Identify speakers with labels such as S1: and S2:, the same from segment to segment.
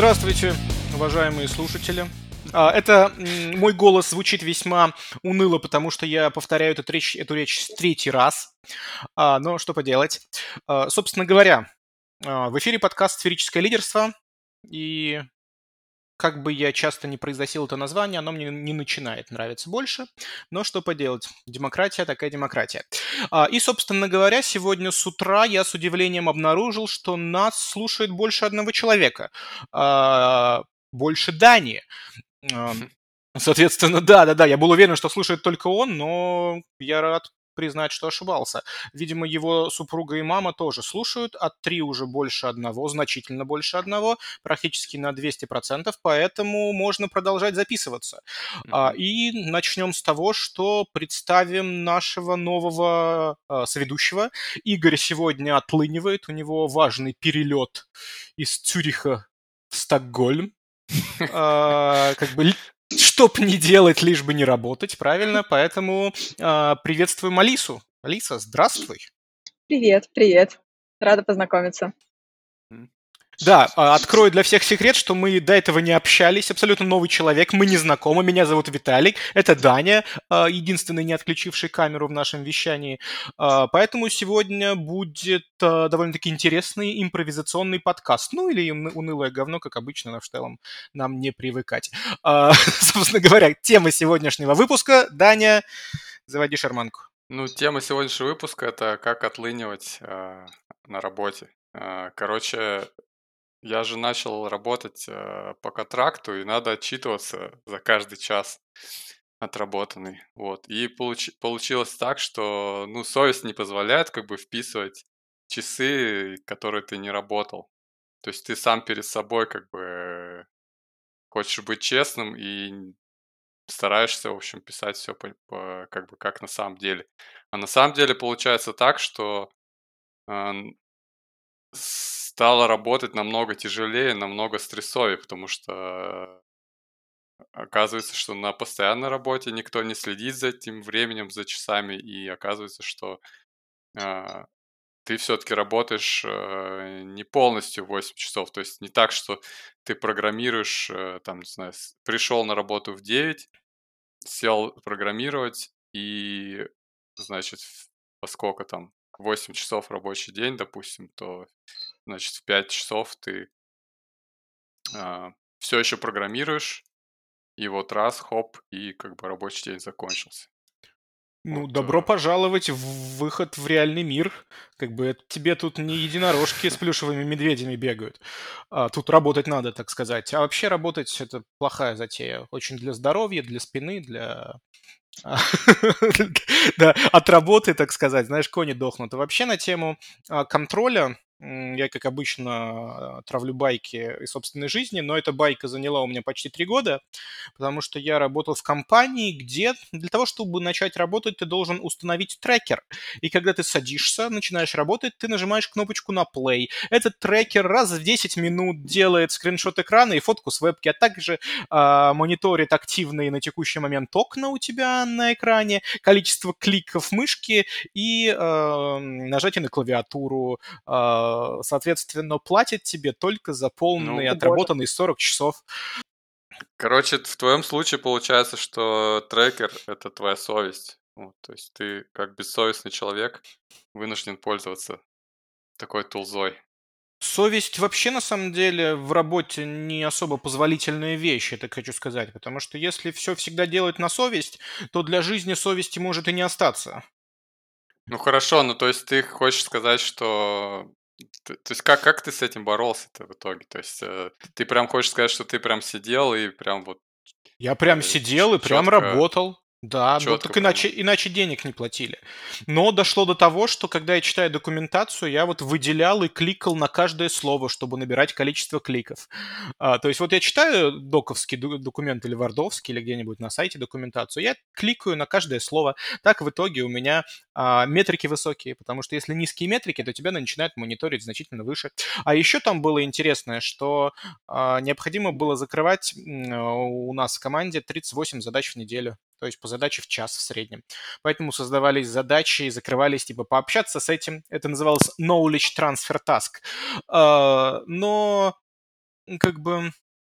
S1: Здравствуйте, уважаемые слушатели. Мой голос звучит весьма уныло, потому что я повторяю эту речь третий раз. Но что поделать. Собственно говоря, в эфире подкаст «Сферическое лидерство», и как бы я часто не произносил это название, оно мне не начинает нравиться больше. Но что поделать, демократия такая демократия. И, собственно говоря, сегодня с утра я с удивлением обнаружил, что нас слушает больше одного человека. Больше Дани. А, Соответственно, да-да-да, я был уверен, что слушает только он, но я рад признать, что ошибался. Видимо, его супруга и мама тоже слушают, а 3 уже больше одного, значительно больше одного, практически на 200%, поэтому можно продолжать записываться.
S2: Мгм.
S1: И начнем с того, что представим нашего нового соведущего. Игорь сегодня отлынивает, у него важный перелет из Цюриха в Стокгольм. Как бы чтоб не делать, лишь бы не работать, правильно? Поэтому приветствуем Алису. Алиса, здравствуй.
S3: Привет, привет. Рада познакомиться.
S2: М.
S1: Да, открою для всех секрет, что мы до этого не общались, абсолютно новый человек, мы не знакомы, меня зовут Виталик, это Даня, единственный не отключивший камеру в нашем вещании. Поэтому сегодня будет довольно-таки интересный импровизационный подкаст, ну или унылое говно, как обычно, на штелом нам не привыкать. Собственно говоря, тема сегодняшнего выпуска. Даня, заводи шарманку.
S2: Тема сегодняшнего выпуска — это как отлынивать, на работе. Короче, я же начал работать, по контракту, и надо отчитываться за каждый час отработанный. Вот. И получилось так, что, совесть не позволяет как бы вписывать часы, которые ты не работал. То есть ты сам перед собой как бы хочешь быть честным и стараешься, в общем, писать все как бы как на самом деле. А на самом деле получается так, что стало работать намного тяжелее, намного стрессовее, потому что оказывается, что на постоянной работе никто не следит за этим временем, за часами, и оказывается, что а, ты все-таки работаешь не полностью 8 часов. То есть не так, что ты программируешь, там, не знаю, пришел на работу в 9, сел программировать и, значит, во сколько там, 8 часов рабочий день, допустим, то, значит, в 5 часов ты все еще программируешь, и вот раз, хоп, и как бы рабочий день закончился.
S1: Ну,
S2: Вот,
S1: добро пожаловать в выход в реальный мир. Как бы тебе тут не единорожки с плюшевыми медведями бегают. Тут работать надо, так сказать. А вообще работать — это плохая затея. Очень для здоровья, для спины, для... а, Да, от работы, так сказать. Знаешь, кони дохнут. А вообще на тему контроля я, как обычно, травлю байки из собственной жизни, но эта байка заняла у меня почти 3 года, потому что я работал в компании, где для того, чтобы начать работать, ты должен установить трекер. И когда ты садишься, начинаешь работать, ты нажимаешь кнопочку на play. Этот трекер раз в 10 минут делает скриншот экрана и фотку с вебки, а также мониторит активные на текущий момент окна у тебя на экране, количество кликов мышки и нажатие на клавиатуру. Соответственно, платит тебе только за полный
S2: ну,
S3: Боже.
S1: отработанный 40 часов.
S2: короче, в твоем случае получается, что трекер — это твоя совесть. Вот, то есть ты, как бессовестный человек, вынужден пользоваться такой тулзой.
S1: Совесть вообще, на самом деле, в работе не особо позволительная вещь, я так хочу сказать. Потому что если все всегда делать на совесть, то для жизни совести может и не остаться.
S2: Ну хорошо, то есть ты хочешь сказать, что то есть как ты с этим боролся-то в итоге? То есть, ты прям хочешь сказать, что ты прям сидел и прям вот,
S1: Я прям сидел и прям
S2: четко
S1: работал. Да, но
S2: четко
S1: так
S2: прям.
S1: иначе денег не платили. Но дошло до того, что когда я читаю документацию, я вот выделял и кликал на каждое слово, чтобы набирать количество кликов. То есть вот я читаю доковский документ или вардовский, или где-нибудь на сайте документацию, я кликаю на каждое слово. Так в итоге у меня метрики высокие, потому что если низкие метрики, то тебя начинают мониторить значительно выше. А еще там было интересное, что необходимо было закрывать у нас в команде 38 задач в неделю, то есть по задаче в час в среднем. Поэтому создавались задачи и закрывались, типа, пообщаться с этим. Это называлось Knowledge Transfer Task. Но как бы,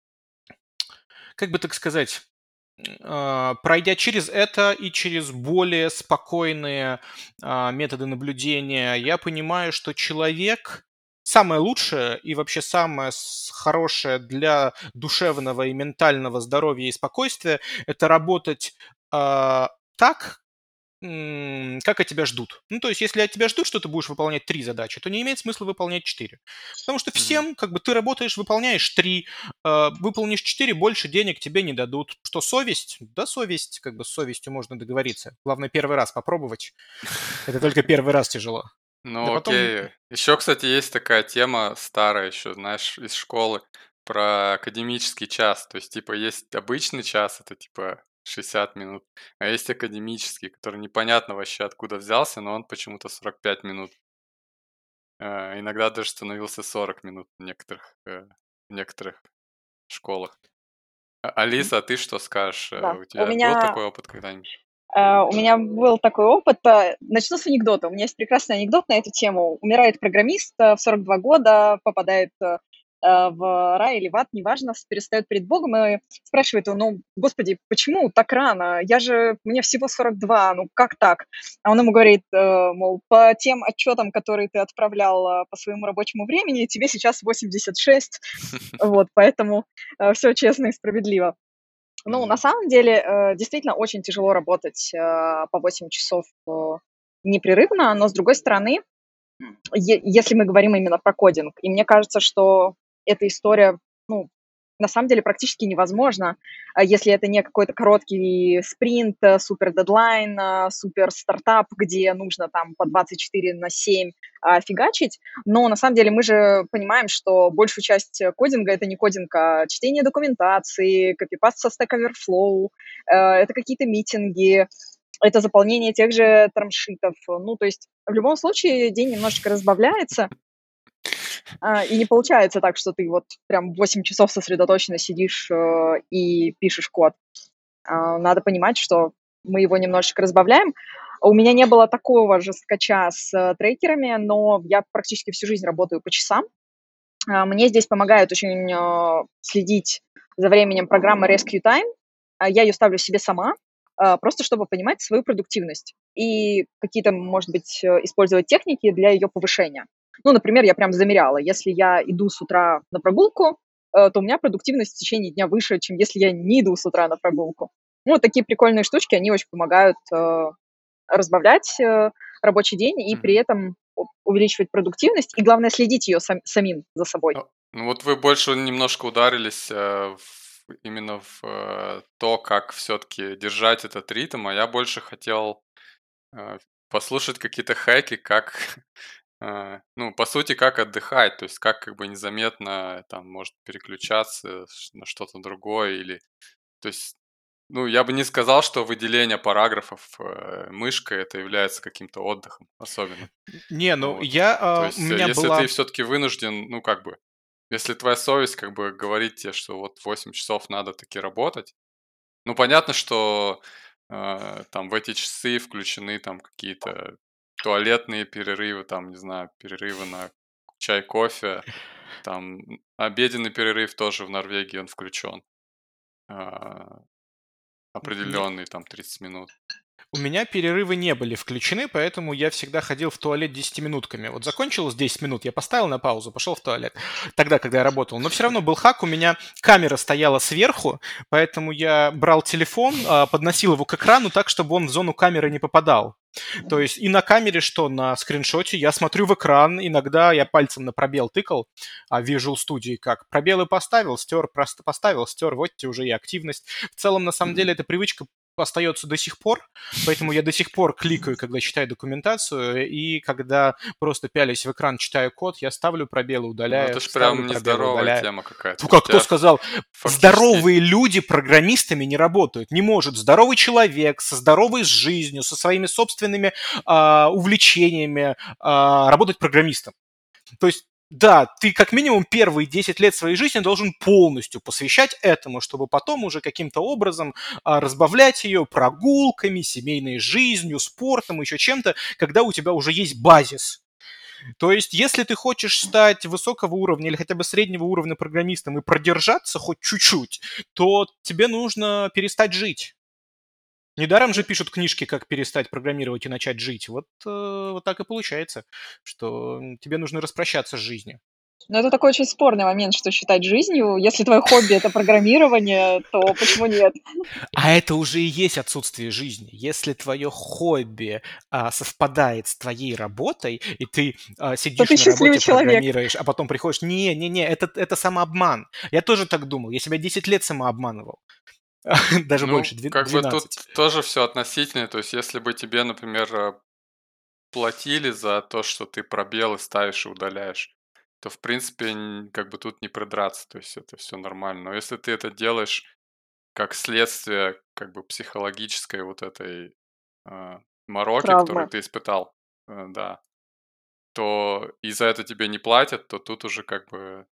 S1: так сказать, пройдя через это и через более спокойные методы наблюдения, я понимаю, что человек самое лучшее и вообще самое хорошее для душевного и ментального здоровья и спокойствия — это работать так, как от тебя ждут. Ну, то есть, если от тебя ждут, что ты будешь выполнять 3 задачи, то не имеет смысла выполнять 4. Потому что
S2: Мгм.
S1: всем, ты работаешь, выполняешь 3, выполнишь 4, больше денег тебе не дадут. Что совесть? Да, совесть, с совестью можно договориться. Главное, первый раз попробовать. Это только первый раз тяжело. Да
S2: Ну,
S1: потом,
S2: окей. Еще, кстати, есть такая тема старая еще, знаешь, из школы про академический час. То есть, типа, есть обычный час, это типа 60 минут, а есть академический, который непонятно вообще откуда взялся, но он почему-то 45 минут. Иногда даже становился 40 минут в некоторых школах. Алиса, а ты что скажешь?
S3: Да,
S2: У тебя был такой опыт когда-нибудь?
S3: у меня был такой опыт. Начну с анекдота. У меня есть прекрасный анекдот на эту тему. Умирает программист в 42 года, попадает в рай или в ад, неважно, перестает перед Богом и спрашивает его, ну, Господи, почему так рано? Мне всего 42, ну как так? А он ему говорит, мол, по тем отчетам, которые ты отправлял по своему рабочему времени, тебе сейчас 86, вот, поэтому все честно и справедливо. Ну, на
S2: Мгм.
S3: самом деле, действительно очень тяжело работать по 8 часов непрерывно, но с другой стороны, если мы говорим именно про кодинг, и мне кажется, что эта история, ну, на самом деле практически невозможна, если это не какой-то короткий спринт, супер дедлайн, супер стартап, где нужно там по 24/7 фигачить. Но на самом деле мы же понимаем, что большую часть кодинга — это не кодинг, а чтение документации, копипаст со Stack Overflow, это какие-то митинги, это заполнение тех же термшитов. Ну, то есть в любом случае день немножечко разбавляется, и не получается так, что ты вот прям 8 часов сосредоточенно сидишь и пишешь код. Надо понимать, что мы его немножечко разбавляем. У меня не было такого жесткача с трекерами, но я практически всю жизнь работаю по часам. Мне здесь помогает очень следить за временем программа Rescue Time. Я ее ставлю себе сама, просто чтобы понимать свою продуктивность и какие-то, может быть, использовать техники для ее повышения. Ну, например, я прям замеряла. Если я иду с утра на прогулку, то у меня продуктивность в течение дня выше, чем если я не иду с утра на прогулку. Ну, вот такие прикольные штучки, они очень помогают разбавлять рабочий день и при
S2: Мгм.
S3: этом увеличивать продуктивность, и главное следить ее самим за собой.
S2: Ну вот вы больше немножко ударились именно в то, как все-таки держать этот ритм, а я больше хотел э, послушать какие-то хэки, как, ну, по сути, как отдыхать, то есть как бы незаметно там может переключаться на что-то другое или, то есть, ну, я бы не сказал, что выделение параграфов мышкой это является каким-то отдыхом особенно.
S1: не,
S2: Ну
S1: ну,
S2: вот. То
S1: у
S2: есть,
S1: меня
S2: если ты
S1: была.
S2: все-таки вынужден, ну, как бы, если твоя совесть как бы говорит тебе, что вот 8 часов надо таки работать, ну, понятно, что там в эти часы включены там какие-то туалетные перерывы, там, не знаю, перерывы на чай, кофе, там обеденный перерыв тоже в Норвегии он включен, определенный там 30 минут.
S1: У меня перерывы не были включены, поэтому я всегда ходил в туалет 10-минутками. Вот закончилось 10 минут, я поставил на паузу, пошел в туалет. Тогда, когда я работал. Но все равно был хак, у меня камера стояла сверху, поэтому я брал телефон, подносил его к экрану так, чтобы он в зону камеры не попадал. То есть и на камере, что на скриншоте, я смотрю в экран, иногда я пальцем на пробел тыкал, Visual Studio как. Пробелы поставил, стер, просто поставил, стер, вот тебе уже и активность. В целом, на самом деле, эта привычка остается до сих пор, поэтому я до сих пор кликаю, когда читаю документацию, и когда просто пялись в экран, читаю код, я ставлю пробелы,
S2: Ну,
S1: удаляю,
S2: это ж
S1: ставлю
S2: прям
S1: пробелы,
S2: нездоровая
S1: удаляю.
S2: тема какая-то. У
S1: Только кто
S2: тебя
S1: сказал,
S2: фактически
S1: здоровые люди программистами не работают? Не может здоровый человек со здоровой жизнью, со своими собственными увлечениями работать программистом. То есть да, ты как минимум первые 10 лет своей жизни должен полностью посвящать этому, чтобы потом уже каким-то образом разбавлять ее прогулками, семейной жизнью, спортом, еще чем-то, когда у тебя уже есть базис. То есть, если ты хочешь стать высокого уровня или хотя бы среднего уровня программистом и продержаться хоть чуть-чуть, то тебе нужно перестать жить. Недаром же пишут книжки, как перестать программировать и начать жить. Вот так и получается, что тебе нужно распрощаться с жизнью.
S3: Но это такой очень спорный момент, что считать жизнью. Если твое хобби — это программирование, то почему нет?
S1: А это уже и есть отсутствие жизни. Если твое хобби совпадает с твоей работой, и ты
S3: То
S1: сидишь
S3: ты
S1: на
S3: счастливый
S1: работе,
S3: человек.
S1: программируешь, а потом приходишь, не, это самообман. Я тоже так думал. Я себя 10 лет самообманывал. Даже больше,
S2: Ну, как бы тут
S1: 12.
S2: тоже все относительно. То есть, если бы тебе, например, платили за то, что ты пробелы ставишь и удаляешь, то, в принципе, как бы тут не придраться. То есть, это все нормально. Но если ты это делаешь как следствие, как бы психологической вот этой мороки,
S3: Травмы.
S2: которую ты испытал, да, то и за это тебе не платят, то тут уже как бы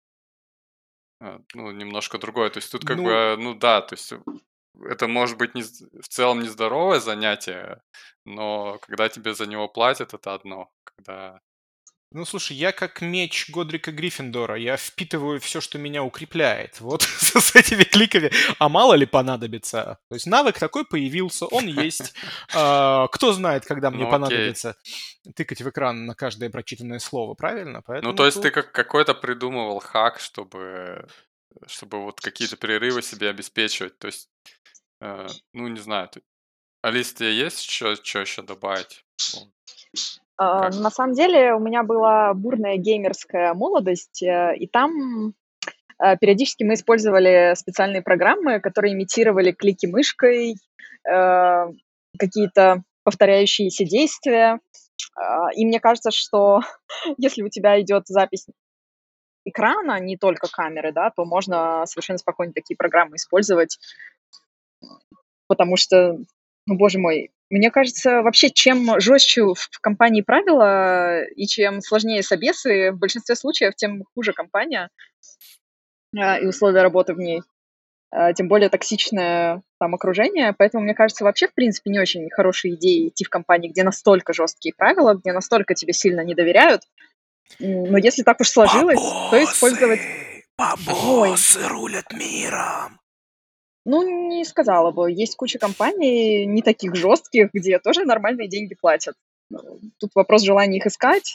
S2: ну, немножко другое. То есть тут как
S1: Ну,
S2: бы, ну да, то есть это может быть в целом нездоровое занятие, но когда тебе за него платят, это одно. Когда...
S1: Ну, слушай, я как меч Годрика Гриффиндора, я впитываю все, что меня укрепляет. Вот с этими кликами. А мало ли понадобится. То есть навык такой появился, он есть. Кто знает, когда мне
S2: Ну окей.
S1: понадобится тыкать в экран на каждое прочитанное слово, правильно?
S2: Ну то
S1: Поэтому
S2: есть ты
S1: тут...
S2: как какой-то придумывал хак, чтобы вот какие-то перерывы себе обеспечивать. То есть, ну не знаю, Алис, тебе есть что еще добавить? Как?
S3: На самом деле у меня была бурная геймерская молодость, и там периодически мы использовали специальные программы, которые имитировали клики мышкой, какие-то повторяющиеся действия. И мне кажется, что если у тебя идет запись экрана, не только камеры, да, то можно совершенно спокойно такие программы использовать, потому что, ну, боже мой, мне кажется, вообще, чем жестче в компании правила и чем сложнее собесы, в большинстве случаев, тем хуже компания и условия работы в ней. Тем более токсичное там окружение. Поэтому, мне кажется, вообще, в принципе, не очень хорошая идея идти в компании, где настолько жесткие правила, где настолько тебе сильно не доверяют. Но если так уж сложилось, то использовать... Ой,
S1: Бабосы рулят миром.
S3: ну, не сказала бы. Есть куча компаний не таких жестких, где тоже нормальные деньги платят. Тут вопрос желания их искать.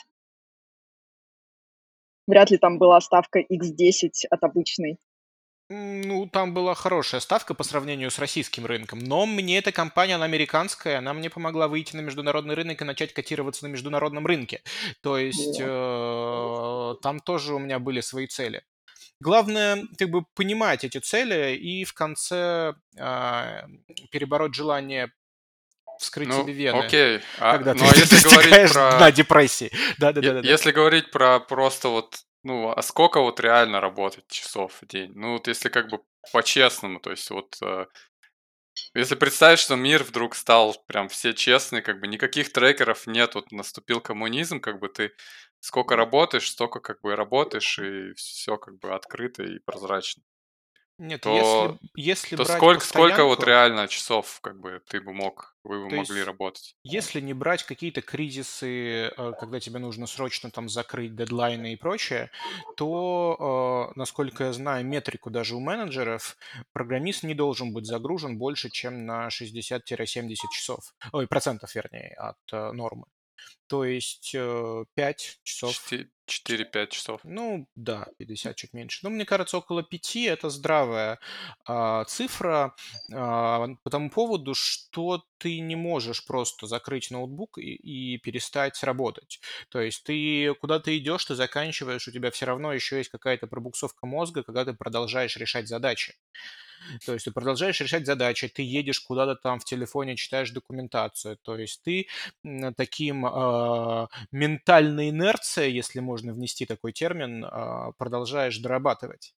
S3: Вряд ли там была ставка X10 от обычной.
S1: Ну, там была хорошая ставка по сравнению с российским рынком, но мне эта компания, она американская, она мне помогла выйти на международный рынок и начать котироваться на международном рынке. То есть
S3: Вот.
S1: там тоже у меня были свои цели. Главное, как бы понимать эти цели и в конце перебороть желание вскрыть себе
S2: Ну,
S1: вены,
S2: окей.
S1: когда ты
S2: Ну, а если говорить
S1: достигаешь дна
S2: про...
S1: депрессии. Да-да-да-да.
S2: Если говорить про просто вот, ну, а сколько вот реально работать часов в день? Ну, вот если как бы по-честному, то есть вот, если представить, что мир вдруг стал прям все честные, как бы никаких трекеров нет, вот наступил коммунизм, как бы ты сколько работаешь, столько как бы работаешь, и все как бы открыто и прозрачно.
S1: Нет,
S2: То,
S1: если
S2: то
S1: брать
S2: сколько вот
S1: постоянку,
S2: реально часов как бы вы бы
S1: то
S2: могли
S1: есть
S2: работать?
S1: если не брать какие-то кризисы, когда тебе нужно срочно там закрыть дедлайны и прочее, то, насколько я знаю, метрику даже у менеджеров, программист не должен быть загружен больше, чем на 60-70 часов, ой, процентов, вернее, от нормы. То есть 5 часов.
S2: 4-5 часов.
S1: Ну да, 50 чуть меньше. Но мне кажется, около 5 это здравая цифра по тому поводу, что ты не можешь просто закрыть ноутбук и перестать работать. То есть ты куда-то идешь, ты заканчиваешь, у тебя все равно еще есть какая-то пробуксовка мозга, когда ты продолжаешь решать задачи. То есть ты продолжаешь решать задачи, ты едешь куда-то там в телефоне, читаешь документацию. То есть ты таким ментальной инерцией, если можно внести такой термин, продолжаешь дорабатывать.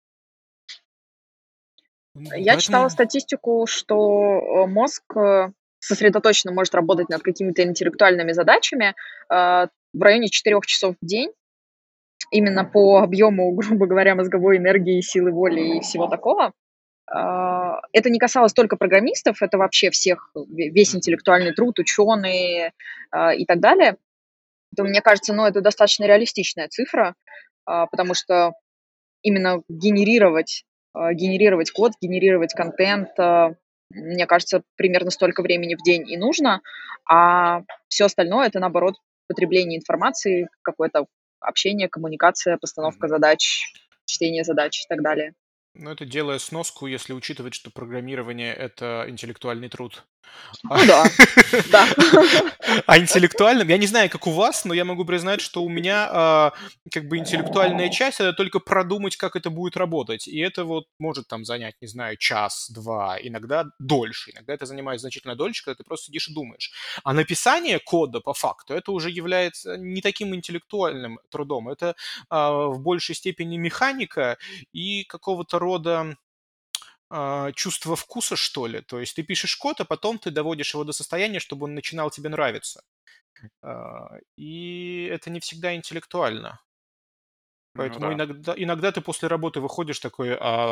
S3: Я читала
S1: Поэтому
S3: статистику, что мозг сосредоточенно может работать над какими-то интеллектуальными задачами в районе 4 часов в день, именно по объему, грубо говоря, мозговой энергии, силы воли и всего такого. Это не касалось только программистов, это вообще всех, весь
S2: Мгм.
S3: интеллектуальный труд, ученые и так далее. то мне кажется, ну, это достаточно реалистичная цифра, потому что именно генерировать код, генерировать контент, мне кажется, примерно столько времени в день и нужно, а все остальное это, наоборот, потребление информации, какое-то общение, коммуникация, постановка
S2: Мгм.
S3: задач, чтение задач и так далее.
S1: Ну, это делая сноску, если учитывать, что программирование — это интеллектуальный труд. А
S3: Ну да, да.
S1: а интеллектуальным, я не знаю, как у вас, но я могу признать, что у меня как бы интеллектуальная часть — это только продумать, как это будет работать. И это вот может там занять, не знаю, час-два, иногда дольше. Иногда это занимает значительно дольше, когда ты просто сидишь и думаешь. А написание кода, по факту, это уже является не таким интеллектуальным трудом. Это в большей степени механика и какого-то рода чувство вкуса, что ли. То есть ты пишешь код, а потом ты доводишь его до состояния, чтобы он начинал тебе нравиться. И это не всегда интеллектуально.
S2: Ну
S1: Поэтому
S2: да.
S1: иногда ты после работы выходишь такой,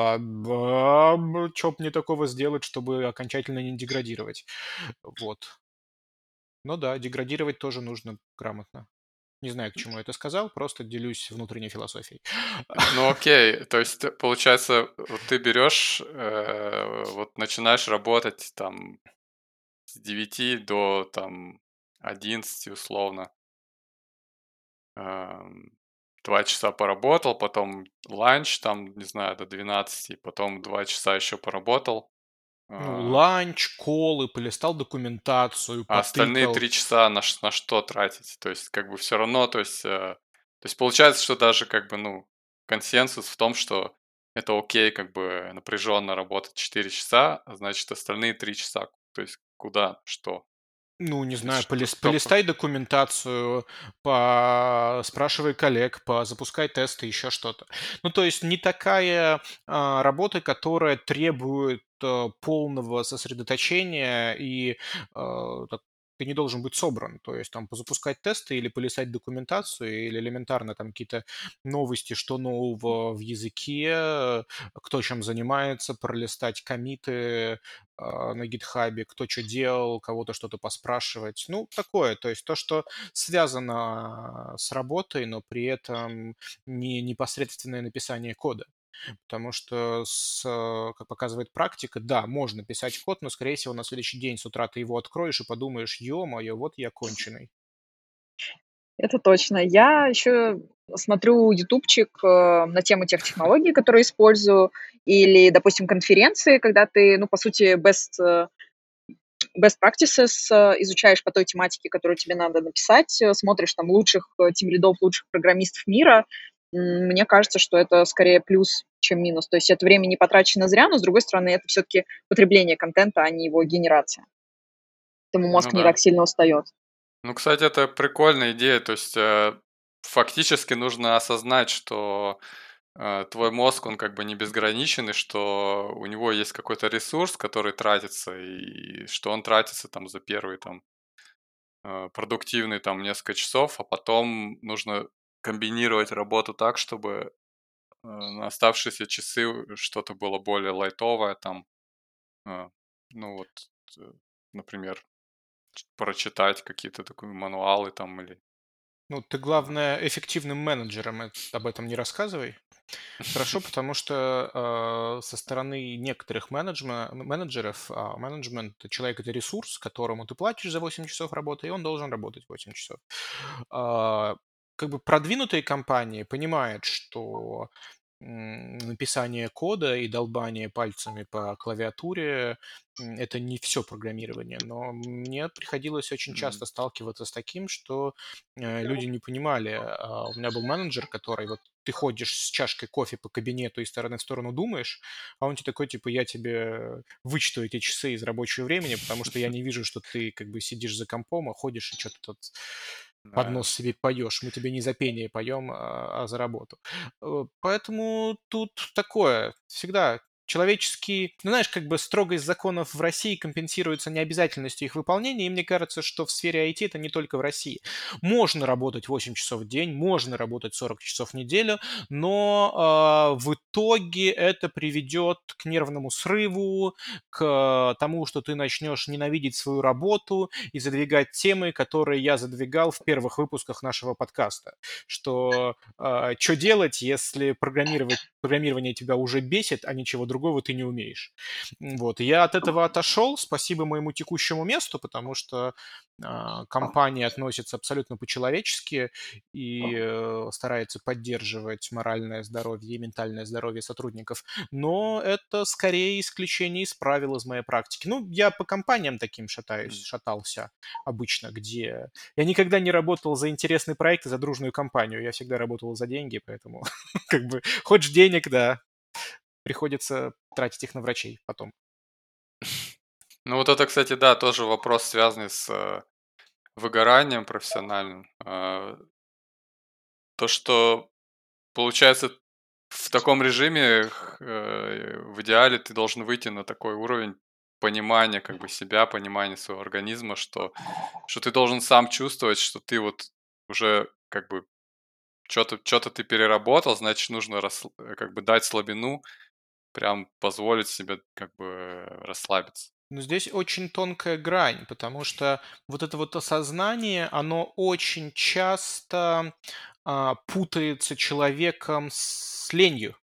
S1: что мне такого сделать, чтобы окончательно не деградировать. Вот. Ну да, деградировать тоже нужно грамотно. Не знаю, к чему я это сказал, просто делюсь внутренней философией.
S2: Ну окей, то есть получается, вот ты берешь, вот начинаешь работать там с 9 до там 11 условно. Ам, 2 часа поработал, потом ланч там, не знаю, до 12, потом 2 часа еще поработал.
S1: Ну,
S2: А
S1: ланч, колы, полистал документацию,
S2: а остальные
S1: потыкал.
S2: 3 часа на что тратить? То есть как бы все равно, то есть получается, что даже как бы, ну, консенсус в том, что это окей как бы напряженно работать 4 часа, а значит остальные 3 часа, то есть куда, что?
S1: Ну, не
S2: То есть
S1: знаю,
S2: что
S1: полистай документацию, спрашивай коллег, запускай тесты, еще что-то. Ну, то есть не такая работа, которая требует полного сосредоточения и ты не должен быть собран. То есть там позапускать тесты или полистать документацию, или элементарно там какие-то новости, что нового в языке, кто чем занимается, пролистать коммиты, на "Гитхабе", кто что делал, кого-то что-то поспрашивать. Ну, такое, то есть то, что связано с работой, но при этом не непосредственное написание кода. Потому что, как показывает практика, да, можно писать код, но, скорее всего, на следующий день с утра ты его откроешь и подумаешь: "Ё-моё, вот я конченый".
S3: Это точно. Я еще смотрю ютубчик, на тему тех технологий, которые использую, или, допустим, конференции, когда ты, ну, по сути, best practices изучаешь по той тематике, которую тебе надо написать, смотришь там лучших тимлидов, лучших программистов мира. Мне кажется, что это скорее плюс, чем минус. То есть это время не потрачено зря, но, с другой стороны, это все-таки потребление контента, а не его генерация. Поэтому
S2: Ну
S3: мозг не
S2: да.
S3: так сильно устает.
S2: Ну, кстати, это прикольная идея. То есть, фактически нужно осознать, что твой мозг, он как бы не безграничен, и что у него есть какой-то ресурс, который тратится, и что он тратится там за первые там продуктивные там несколько часов, а потом нужно комбинировать работу так, чтобы на оставшиеся часы что-то было более лайтовое, там, э, ну вот, э, например, прочитать какие-то такие мануалы там или
S1: Ну, ты,
S2: а,
S1: главное, эффективным менеджером об этом не рассказывай. Хорошо, потому что со стороны некоторых менеджеров менеджмент человек — это ресурс, которому ты платишь за 8 часов работы, и он должен работать 8 часов. А, Как бы продвинутые компании понимают, что написание кода и долбание пальцами по клавиатуре это не все программирование, но мне приходилось очень
S2: м,
S1: часто сталкиваться с таким, что люди не понимали. У меня был менеджер, который вот ты ходишь с чашкой кофе по кабинету и из стороны в сторону думаешь, а он тебе такой, типа, я тебе вычту эти часы из рабочего времени, потому что я не вижу, что ты как бы сидишь за компом, а ходишь и что-то тут под
S2: да.
S1: нос себе поешь. Мы тебе не за пение поем, а за работу. Поэтому тут такое. Всегда человеческие, ну, знаешь, как бы строгость законов в России компенсируется необязательностью их выполнения, и мне кажется, что в сфере IT это не только в России. Можно работать 8 часов в день, можно работать 40 часов в неделю, но в итоге это приведет к нервному срыву, к тому, что ты начнешь ненавидеть свою работу и задвигать темы, которые я задвигал в первых выпусках нашего подкаста. Что делать, если программирование тебя уже бесит, а ничего другого ты не умеешь. Вот. Я от этого отошел, спасибо моему текущему месту, потому что компания относится абсолютно по-человечески и старается поддерживать моральное здоровье и ментальное здоровье сотрудников. Но это скорее исключение из правил из моей практики. Ну, я по компаниям таким шатался обычно, где я никогда не работал за интересный проект и за дружную компанию. Я всегда работал за деньги, поэтому как бы хочешь денег, да, приходится тратить их на врачей потом.
S2: Ну вот это, кстати, да, тоже вопрос, связанный с выгоранием профессиональным. То, что получается в таком режиме, в идеале ты должен выйти на такой уровень понимания как бы себя, понимания своего организма, что ты должен сам чувствовать, что ты вот уже как бы что-то ты переработал, значит, нужно как бы дать слабину, прям позволить себе как бы расслабиться.
S1: Но здесь очень тонкая грань, потому что вот это вот осознание, оно очень часто путается человеком с ленью.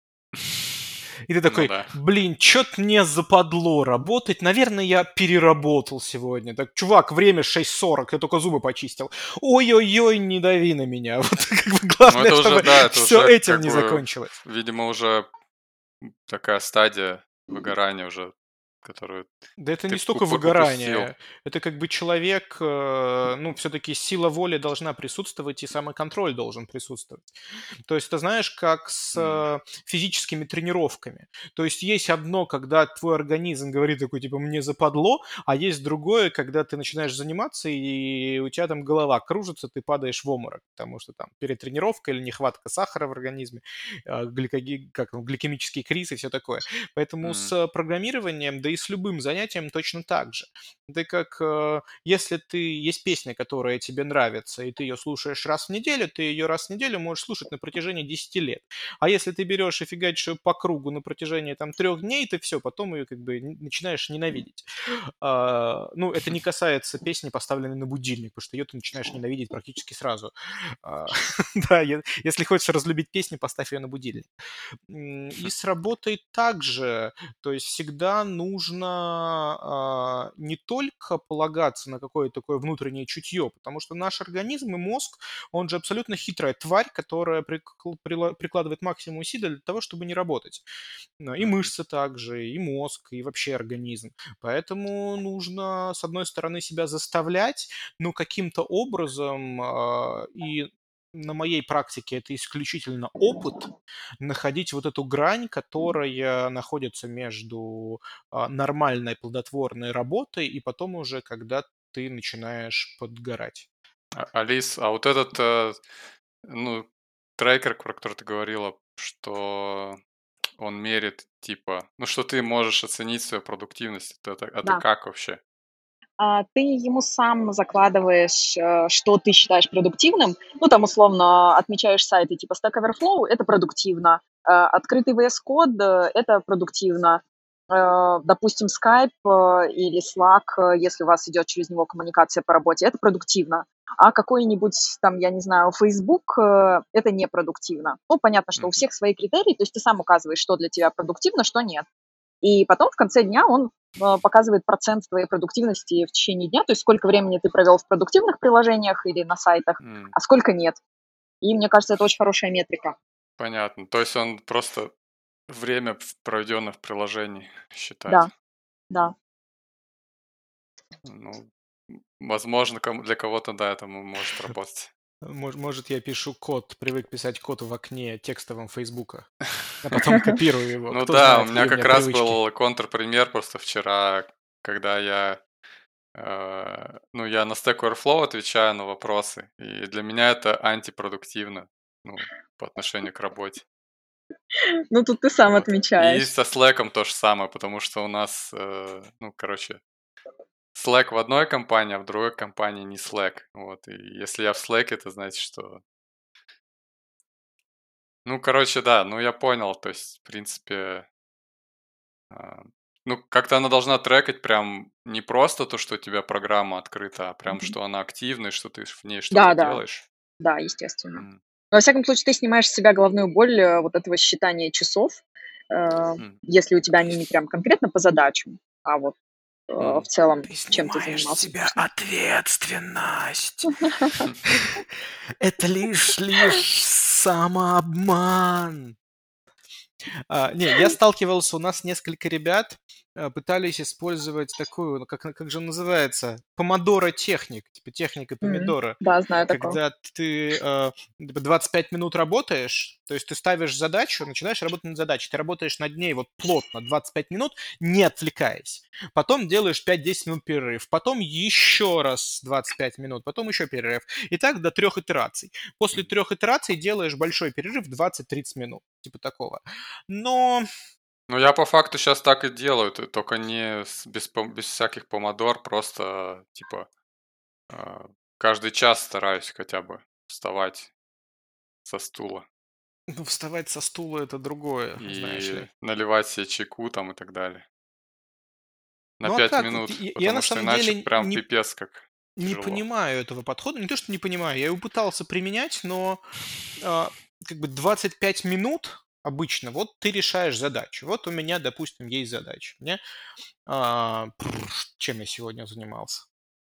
S1: И ты
S2: Ну
S1: такой,
S2: да.
S1: блин, чё-то мне западло работать, наверное, я переработал сегодня. Так, чувак, время 6:40, я только зубы почистил. Ой-ой-ой, не дави на меня. Вот как бы
S2: Ну
S1: главное,
S2: это уже,
S1: чтобы
S2: да, это
S1: все
S2: уже
S1: этим
S2: как
S1: не
S2: бы,
S1: закончилось.
S2: видимо, уже такая стадия выгорания уже, которую
S1: Да это
S2: ты
S1: не столько
S2: упустил.
S1: выгорание, это как бы человек, ну, все-таки сила воли должна присутствовать, и самоконтроль должен присутствовать. То есть, ты знаешь, как с
S2: М,
S1: физическими тренировками. То есть, есть одно, когда твой организм говорит такой, типа, мне западло, а есть другое, когда ты начинаешь заниматься, и у тебя там голова кружится, ты падаешь в обморок, потому что там перетренировка или нехватка сахара в организме, гликемический криз и все такое. Поэтому
S2: м,
S1: с программированием, да и с любым занятием точно так же. Это как, если есть песня, которая тебе нравится, и ты ее слушаешь раз в неделю, ты ее раз в неделю можешь слушать на протяжении 10 лет. А если ты берешь и фигачишь ее по кругу на протяжении там 3 дней, ты все, потом ее как бы начинаешь ненавидеть. Ну, это не касается песни, поставленной на будильник, потому что ее ты начинаешь ненавидеть практически сразу. А, Да, если хочешь разлюбить песню, поставь ее на будильник. И с работой также. То есть всегда нужно не только полагаться на какое-то такое внутреннее чутье, потому что наш организм и мозг, он же абсолютно хитрая тварь, которая прикладывает максимум усилий для того, чтобы не работать. И
S2: мгм.
S1: мышцы также, и мозг, и вообще организм. Поэтому нужно, с одной стороны, себя заставлять, но каким-то образом, и на моей практике это исключительно опыт, находить вот эту грань, которая находится между нормальной плодотворной работой и потом уже, когда ты начинаешь подгорать.
S2: Алис, а вот этот, ну, трекер, про который ты говорила, что он мерит, типа, ну, что ты можешь оценить свою продуктивность. Это
S3: Да.
S2: как вообще?
S3: Ты ему сам закладываешь, что ты считаешь продуктивным. Ну, там, условно, отмечаешь сайты типа Stack Overflow — это продуктивно. Открытый VS Code — это продуктивно. Допустим, Skype или Slack, если у вас идет через него коммуникация по работе, это продуктивно. А какой-нибудь там, я не знаю, Facebook — это непродуктивно. Ну, понятно, что у
S2: Мгм.
S3: всех свои критерии, то есть ты сам указываешь, что для тебя продуктивно, что нет. И потом в конце дня он показывает процент твоей продуктивности в течение дня, то есть сколько времени ты провел в продуктивных приложениях или на сайтах,
S2: М,
S3: а сколько нет. И мне кажется, это очень хорошая метрика.
S2: Понятно. То есть он просто время, проведенное в приложении,
S3: Да,
S2: считает.
S3: да.
S2: Ну, возможно, для кого-то, да, это может работать.
S1: Может, я пишу код, привык писать код в окне текстовом Фейсбука, а потом копирую его.
S2: Ну
S1: Кто
S2: да, у
S1: знает,
S2: меня
S1: какие у
S2: как
S1: меня
S2: раз
S1: привычки.
S2: был контрпример просто вчера, когда ну, я на Stack Overflow отвечаю на вопросы, и для меня это антипродуктивно, ну, по отношению к работе.
S3: Ну, тут ты сам
S2: Вот. И
S3: отмечаешь.
S2: со Slack то же самое, потому что у нас, ну, короче, Slack в одной компании, а в другой компании не Slack. Вот. И если я в Slack, это значит, что... Ну, короче, да, ну я понял. То есть, в принципе, а, ну, как-то она должна трекать прям не просто то, что у тебя программа открыта, а прям,
S3: Мгм.
S2: что она активна, и что ты в ней что-то
S3: Да-да,
S2: делаешь.
S3: да, естественно.
S2: М,
S3: Но во всяком случае, ты снимаешь с себя головную боль, вот этого считания часов,
S2: м,
S3: если у тебя
S1: Ты,
S3: они не прям конкретно по задачам, а вот, в
S2: м.
S3: целом,
S1: ты
S3: чем ты
S1: снимаешь с
S3: занимался
S1: себя
S3: вкусно.
S1: ответственность. Это лишь самообман. Не, я сталкивался, у нас несколько ребят пытались использовать такую, ну, как же называется, помодоро-техник, типа техника помидора,
S3: Да, знаю такое.
S1: когда ты 25 минут работаешь, то есть ты ставишь задачу, начинаешь работать над задачей, ты работаешь над ней вот плотно 25 минут, не отвлекаясь. Потом делаешь 5-10 минут перерыв, потом еще раз 25 минут, потом еще перерыв. И так до 3 итераций. После 3 итераций делаешь большой перерыв 20-30 минут, типа такого. Но,
S2: Ну, я по факту сейчас так и делаю, только не без всяких помодор, просто, типа, а, каждый час стараюсь хотя бы вставать со стула
S1: ну, вставать со стула это другое, знаешь
S2: и
S1: ли.
S2: наливать себе чайку там и так далее. На
S1: Ну а
S2: 5
S1: как? Вот
S2: минут,
S1: я на
S2: потому что
S1: самом
S2: иначе
S1: деле
S2: прям пипец как
S1: не
S2: тяжело.
S1: понимаю этого подхода. Не то, что не понимаю, я его пытался применять, но а, как бы 25 минут обычно, вот ты решаешь задачу. Вот у меня, допустим, есть задача. Чем я сегодня занимался?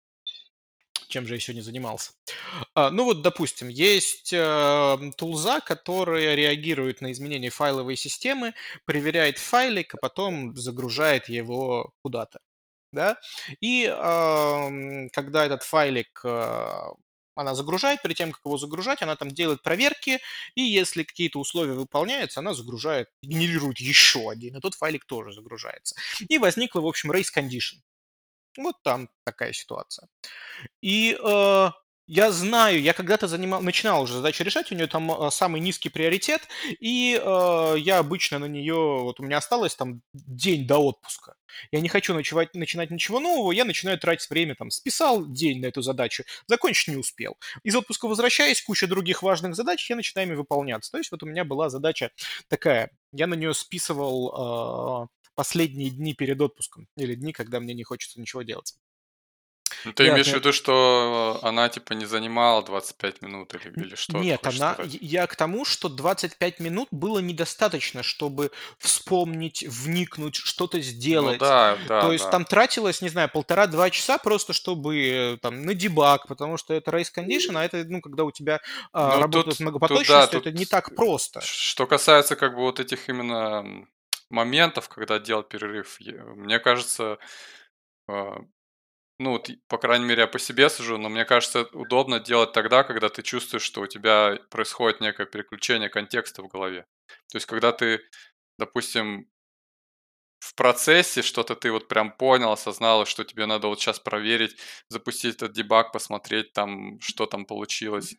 S1: Чем же я сегодня занимался? Ну вот, допустим, есть тулза, которая реагирует на изменения файловой системы, проверяет файлик, а потом загружает его куда-то, да? И когда этот файлик она загружает, перед тем, как его загружать, она там делает проверки, и если какие-то условия выполняются, она загружает, генерирует еще один, и тот файлик тоже загружается. И возникла, в общем, race condition. Вот там такая ситуация. И, я знаю, я когда-то начинал уже задачу решать, у нее там, самый низкий приоритет, и, я обычно на нее вот у меня осталось там день до отпуска. Я не хочу начинать ничего нового, я начинаю тратить время, там, списал день на эту задачу, закончить не успел. Из отпуска возвращаюсь, куча других важных задач, я начинаю ими выполняться. То есть вот у меня была задача такая, я на нее списывал, последние дни перед отпуском или дни, когда мне не хочется ничего делать.
S2: Ну, ты
S1: Я
S2: имеешь в
S1: отме
S2: виду, что она типа не занимала 25 минут или что ты
S1: Нет,
S2: хочешь
S1: она
S2: сказать?
S1: я к тому, что 25 минут было недостаточно, чтобы вспомнить, вникнуть, что-то
S2: Ну
S1: сделать.
S2: да, да,
S1: То есть
S2: да.
S1: там тратилось, не знаю, 1,5-2 часа просто, чтобы, там на дебаг, потому что это race condition, а это, ну, когда у тебя,
S2: Ну
S1: работает
S2: тут да,
S1: многопоточность, это не
S2: тут
S1: так просто.
S2: что касается как бы вот этих именно моментов, когда делать перерыв, мне кажется, а, ну, вот, по крайней мере, я по себе сужу, но мне кажется, удобно делать тогда, когда ты чувствуешь, что у тебя происходит некое переключение контекста в голове. То есть, когда ты, допустим, в процессе что-то ты вот прям понял, осознал, что тебе надо вот сейчас проверить, запустить этот дебаг, посмотреть там, что там получилось.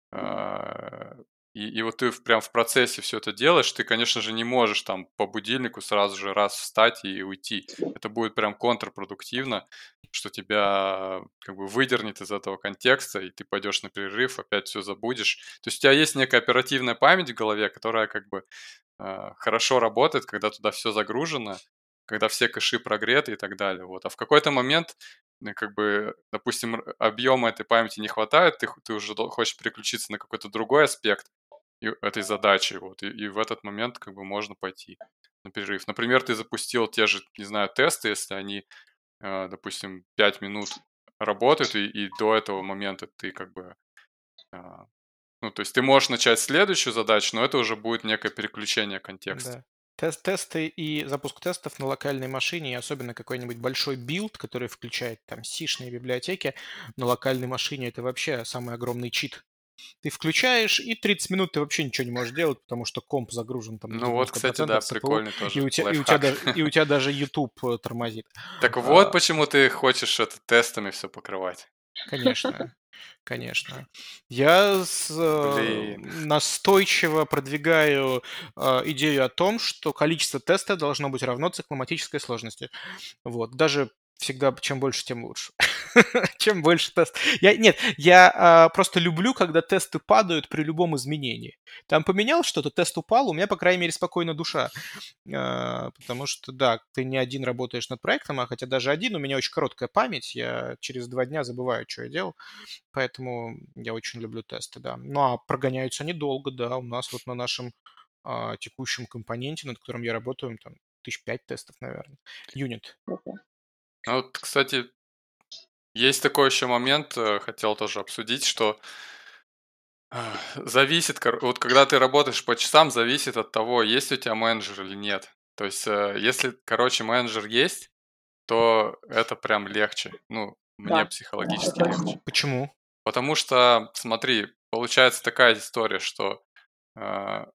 S2: А, и вот ты прям в процессе все это делаешь, ты, конечно же, не можешь там по будильнику сразу же раз встать и уйти. Это будет прям контрпродуктивно, что тебя как бы выдернет из этого контекста, и ты пойдешь на перерыв, опять все забудешь. То есть у тебя есть некая оперативная память в голове, которая как бы хорошо работает, когда туда все загружено, когда все кэши прогреты и так далее. Вот. А в какой-то момент, как бы, допустим, объема этой памяти не хватает, ты уже хочешь переключиться на какой-то другой аспект этой задачи, вот, и в этот момент как бы можно пойти на перерыв. Например, ты запустил те же, не знаю, тесты, если они, допустим, 5 минут работают, и до этого момента ты как бы а, ну, то есть ты можешь начать следующую задачу, но это уже будет некое переключение контекста.
S1: Да. Тесты и запуск тестов на локальной машине, и особенно какой-нибудь большой билд, который включает там сишные библиотеки на локальной машине, это вообще самый огромный чит. Ты включаешь, и 30 минут ты вообще ничего не можешь делать, потому что комп загружен там на
S2: Ну вот, кстати, да,
S1: 90% ЦПУ,
S2: прикольный
S1: и
S2: тоже
S1: у тебя,
S2: лайфхак.
S1: и у тебя даже YouTube тормозит.
S2: Так вот
S1: А,
S2: почему ты хочешь это тестами все покрывать.
S1: Конечно. Конечно. Я
S2: Блин.
S1: настойчиво продвигаю идею о том, что количество теста должно быть равно цикломатической сложности. Вот. Даже всегда чем больше, тем лучше. Чем больше тест. Я просто люблю, когда тесты падают при любом изменении. Там поменял что-то, тест упал, у меня, по крайней мере, спокойна душа. Потому что, да, ты не один работаешь над проектом, а хотя даже один, у меня очень короткая память, я через 2 дня забываю, что я делал, поэтому я очень люблю тесты, да. Ну, а прогоняются они долго, да, у нас вот на нашем текущем компоненте, над которым я работаю, там 5 тестов, наверное, юнит.
S3: Ого.
S2: Ну вот, кстати, есть такой еще момент, хотел тоже обсудить, что зависит, вот когда ты работаешь по часам, зависит от того, есть у тебя менеджер или нет. То есть, если, короче, менеджер есть, то это прям легче. Ну, мне
S3: Да, это
S2: психологически
S3: точно.
S2: легче.
S1: Почему?
S2: Потому что, смотри, получается такая история, что а,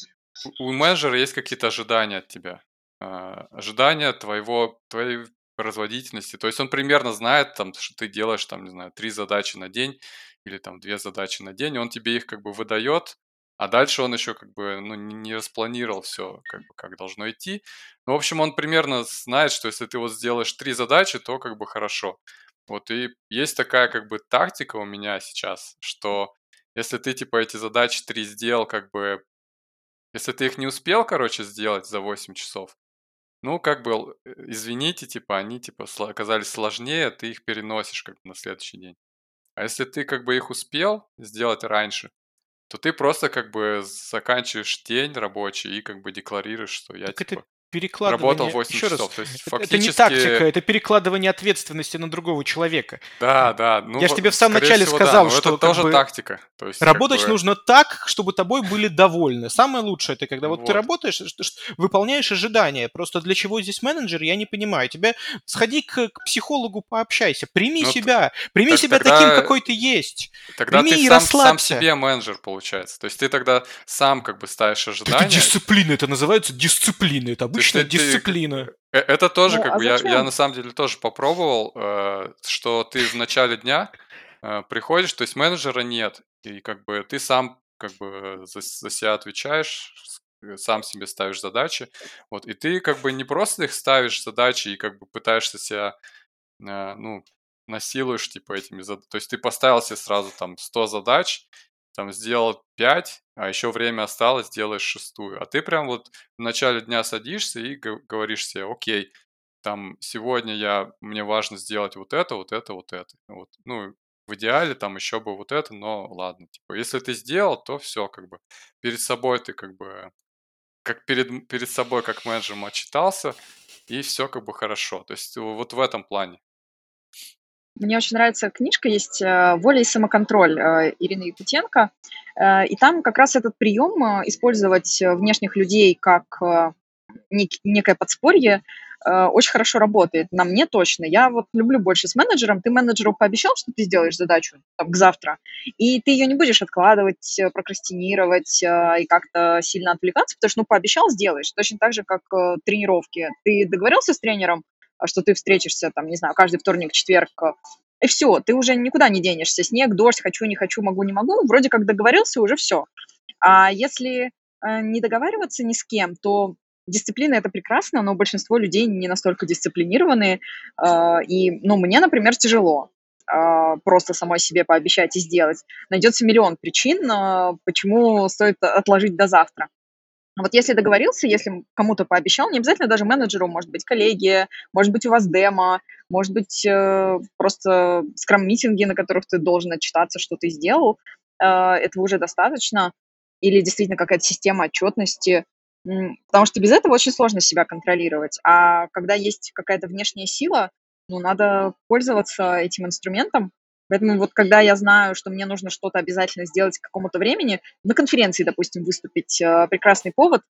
S2: у менеджера есть какие-то ожидания от тебя. Ожидания твоей производительности. То есть он примерно знает, там, что ты делаешь, там, не знаю, 3 задачи на день или там 2 задачи на день, и он тебе их как бы выдает, а дальше он еще как бы ну, не распланировал все, как бы как должно идти. Ну, в общем, он примерно знает, что если ты вот сделаешь 3 задачи, то как бы хорошо. Вот и есть такая как бы тактика у меня сейчас, что если ты типа эти задачи 3 сделал как бы если ты их не успел, короче, сделать за 8 часов, ну, как бы, извините, типа, они, типа, оказались сложнее, ты их переносишь как бы на следующий день. А если ты, как бы, их успел сделать раньше, то ты просто, как бы, заканчиваешь день рабочий и, как бы, декларируешь, что я,
S1: Так это
S2: типа, работал
S1: перекладывание,
S2: 8
S1: еще раз,
S2: часов. То есть,
S1: это не тактика,
S2: фактически,
S1: это перекладывание ответственности на другого человека.
S2: да, да, ну,
S1: Я же тебе в самом
S2: скорее
S1: начале
S2: всего, да,
S1: сказал,
S2: но это
S1: что как
S2: тоже
S1: бы
S2: тактика. То есть, как
S1: работать
S2: бы,
S1: нужно так, чтобы тобой были довольны. Самое лучшее это когда вот ты
S2: вот.
S1: работаешь, выполняешь ожидания. Просто для чего здесь менеджер, я не понимаю. Тебе сходи к психологу, пообщайся,
S2: Ну,
S1: прими себя таким,
S2: тогда
S1: какой ты есть,
S2: Тогда ты
S1: прими и
S2: сам
S1: расслабься.
S2: себе менеджер, получается. То есть ты тогда сам как бы ставишь
S1: Это
S2: ожидания.
S1: дисциплина, это называется дисциплина, это
S2: То есть
S1: обычная дисциплина.
S2: это тоже
S3: Ну,
S2: как
S3: а
S2: бы я
S3: зачем?
S2: на самом деле тоже попробовал, что ты в начале дня приходишь, то есть менеджера нет, и как бы ты сам как бы за себя отвечаешь, сам себе ставишь задачи, вот, и ты как бы не просто их ставишь задачи и как бы пытаешься себя ну, насилуешь, типа, То есть ты поставил себе сразу там 100 задач, там сделал 5, а еще время осталось, делаешь шестую. А ты прям вот в начале дня садишься и говоришь себе, окей, там сегодня мне важно сделать вот это, вот это, вот это. Вот. Ну, в идеале там еще бы вот это, но ладно. Типа, если ты сделал, то все, как бы. Перед собой ты как бы, как перед собой как менеджером отчитался, и все как бы хорошо. То есть вот в этом плане.
S3: Мне очень нравится книжка, есть «Воля и самоконтроль» Ирины Якутенко. И там как раз этот прием использовать внешних людей как некое подспорье очень хорошо работает. На мне точно. Я вот люблю больше с менеджером. Ты менеджеру пообещал, что ты сделаешь задачу там, к завтра, и ты ее не будешь откладывать, прокрастинировать и как-то сильно отвлекаться, потому что, ну, пообещал, сделаешь. Точно так же, как тренировки. Ты договорился с тренером, что ты встретишься, там, не знаю, каждый вторник, четверг, и все, ты уже никуда не денешься. Снег, дождь, хочу, не хочу, могу, не могу. Вроде как договорился, уже все. А если не договариваться ни с кем, то дисциплина – это прекрасно, но большинство людей не настолько дисциплинированные. И, ну, мне, например, тяжело просто самой себе пообещать и сделать. Найдется миллион причин, почему стоит отложить до завтра. А вот если договорился, если кому-то пообещал, не обязательно даже менеджеру, может быть, коллеге, может быть, у вас демо, может быть, просто скрам-митинги, на которых ты должен отчитаться, что ты сделал, этого уже достаточно. Или действительно какая-то система отчетности, потому что без этого очень сложно себя контролировать. А когда есть какая-то внешняя сила, ну, надо пользоваться этим инструментом. Поэтому вот когда я знаю, что мне нужно что-то обязательно сделать к какому-то времени, на конференции, допустим, выступить, прекрасный повод,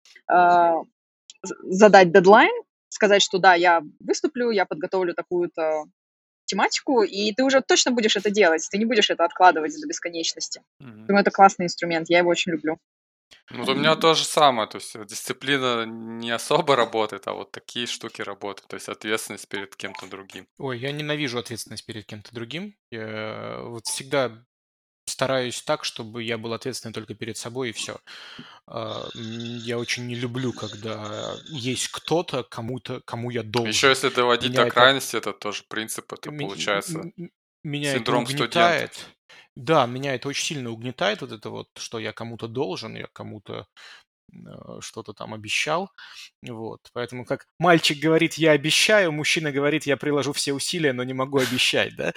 S3: задать дедлайн, сказать, что да, я выступлю, я подготовлю такую-то тематику, и ты уже точно будешь это делать, ты не будешь это откладывать до бесконечности.
S2: Мгм.
S3: Думаю, это классный инструмент, я его очень люблю.
S2: Ну, вот у меня то же самое, то есть дисциплина не особо работает, а вот такие штуки работают, то есть ответственность перед кем-то другим.
S1: Ой, я ненавижу ответственность перед кем-то другим. Я вот всегда стараюсь так, чтобы я был ответственный только перед собой, и все. Я очень не люблю, когда есть кто-то, кому я
S2: Еще
S1: должен.
S2: если доводить до
S1: Меня это
S2: крайности, это тоже принцип, это
S1: ме-
S2: получается
S1: меня это
S2: синдром студента.
S1: угнетает. Да, меня это очень сильно угнетает, вот это вот, что я кому-то должен, я кому-то что-то там обещал. Вот. Поэтому как мальчик говорит, я обещаю, мужчина говорит, я приложу все усилия, но не могу обещать, да?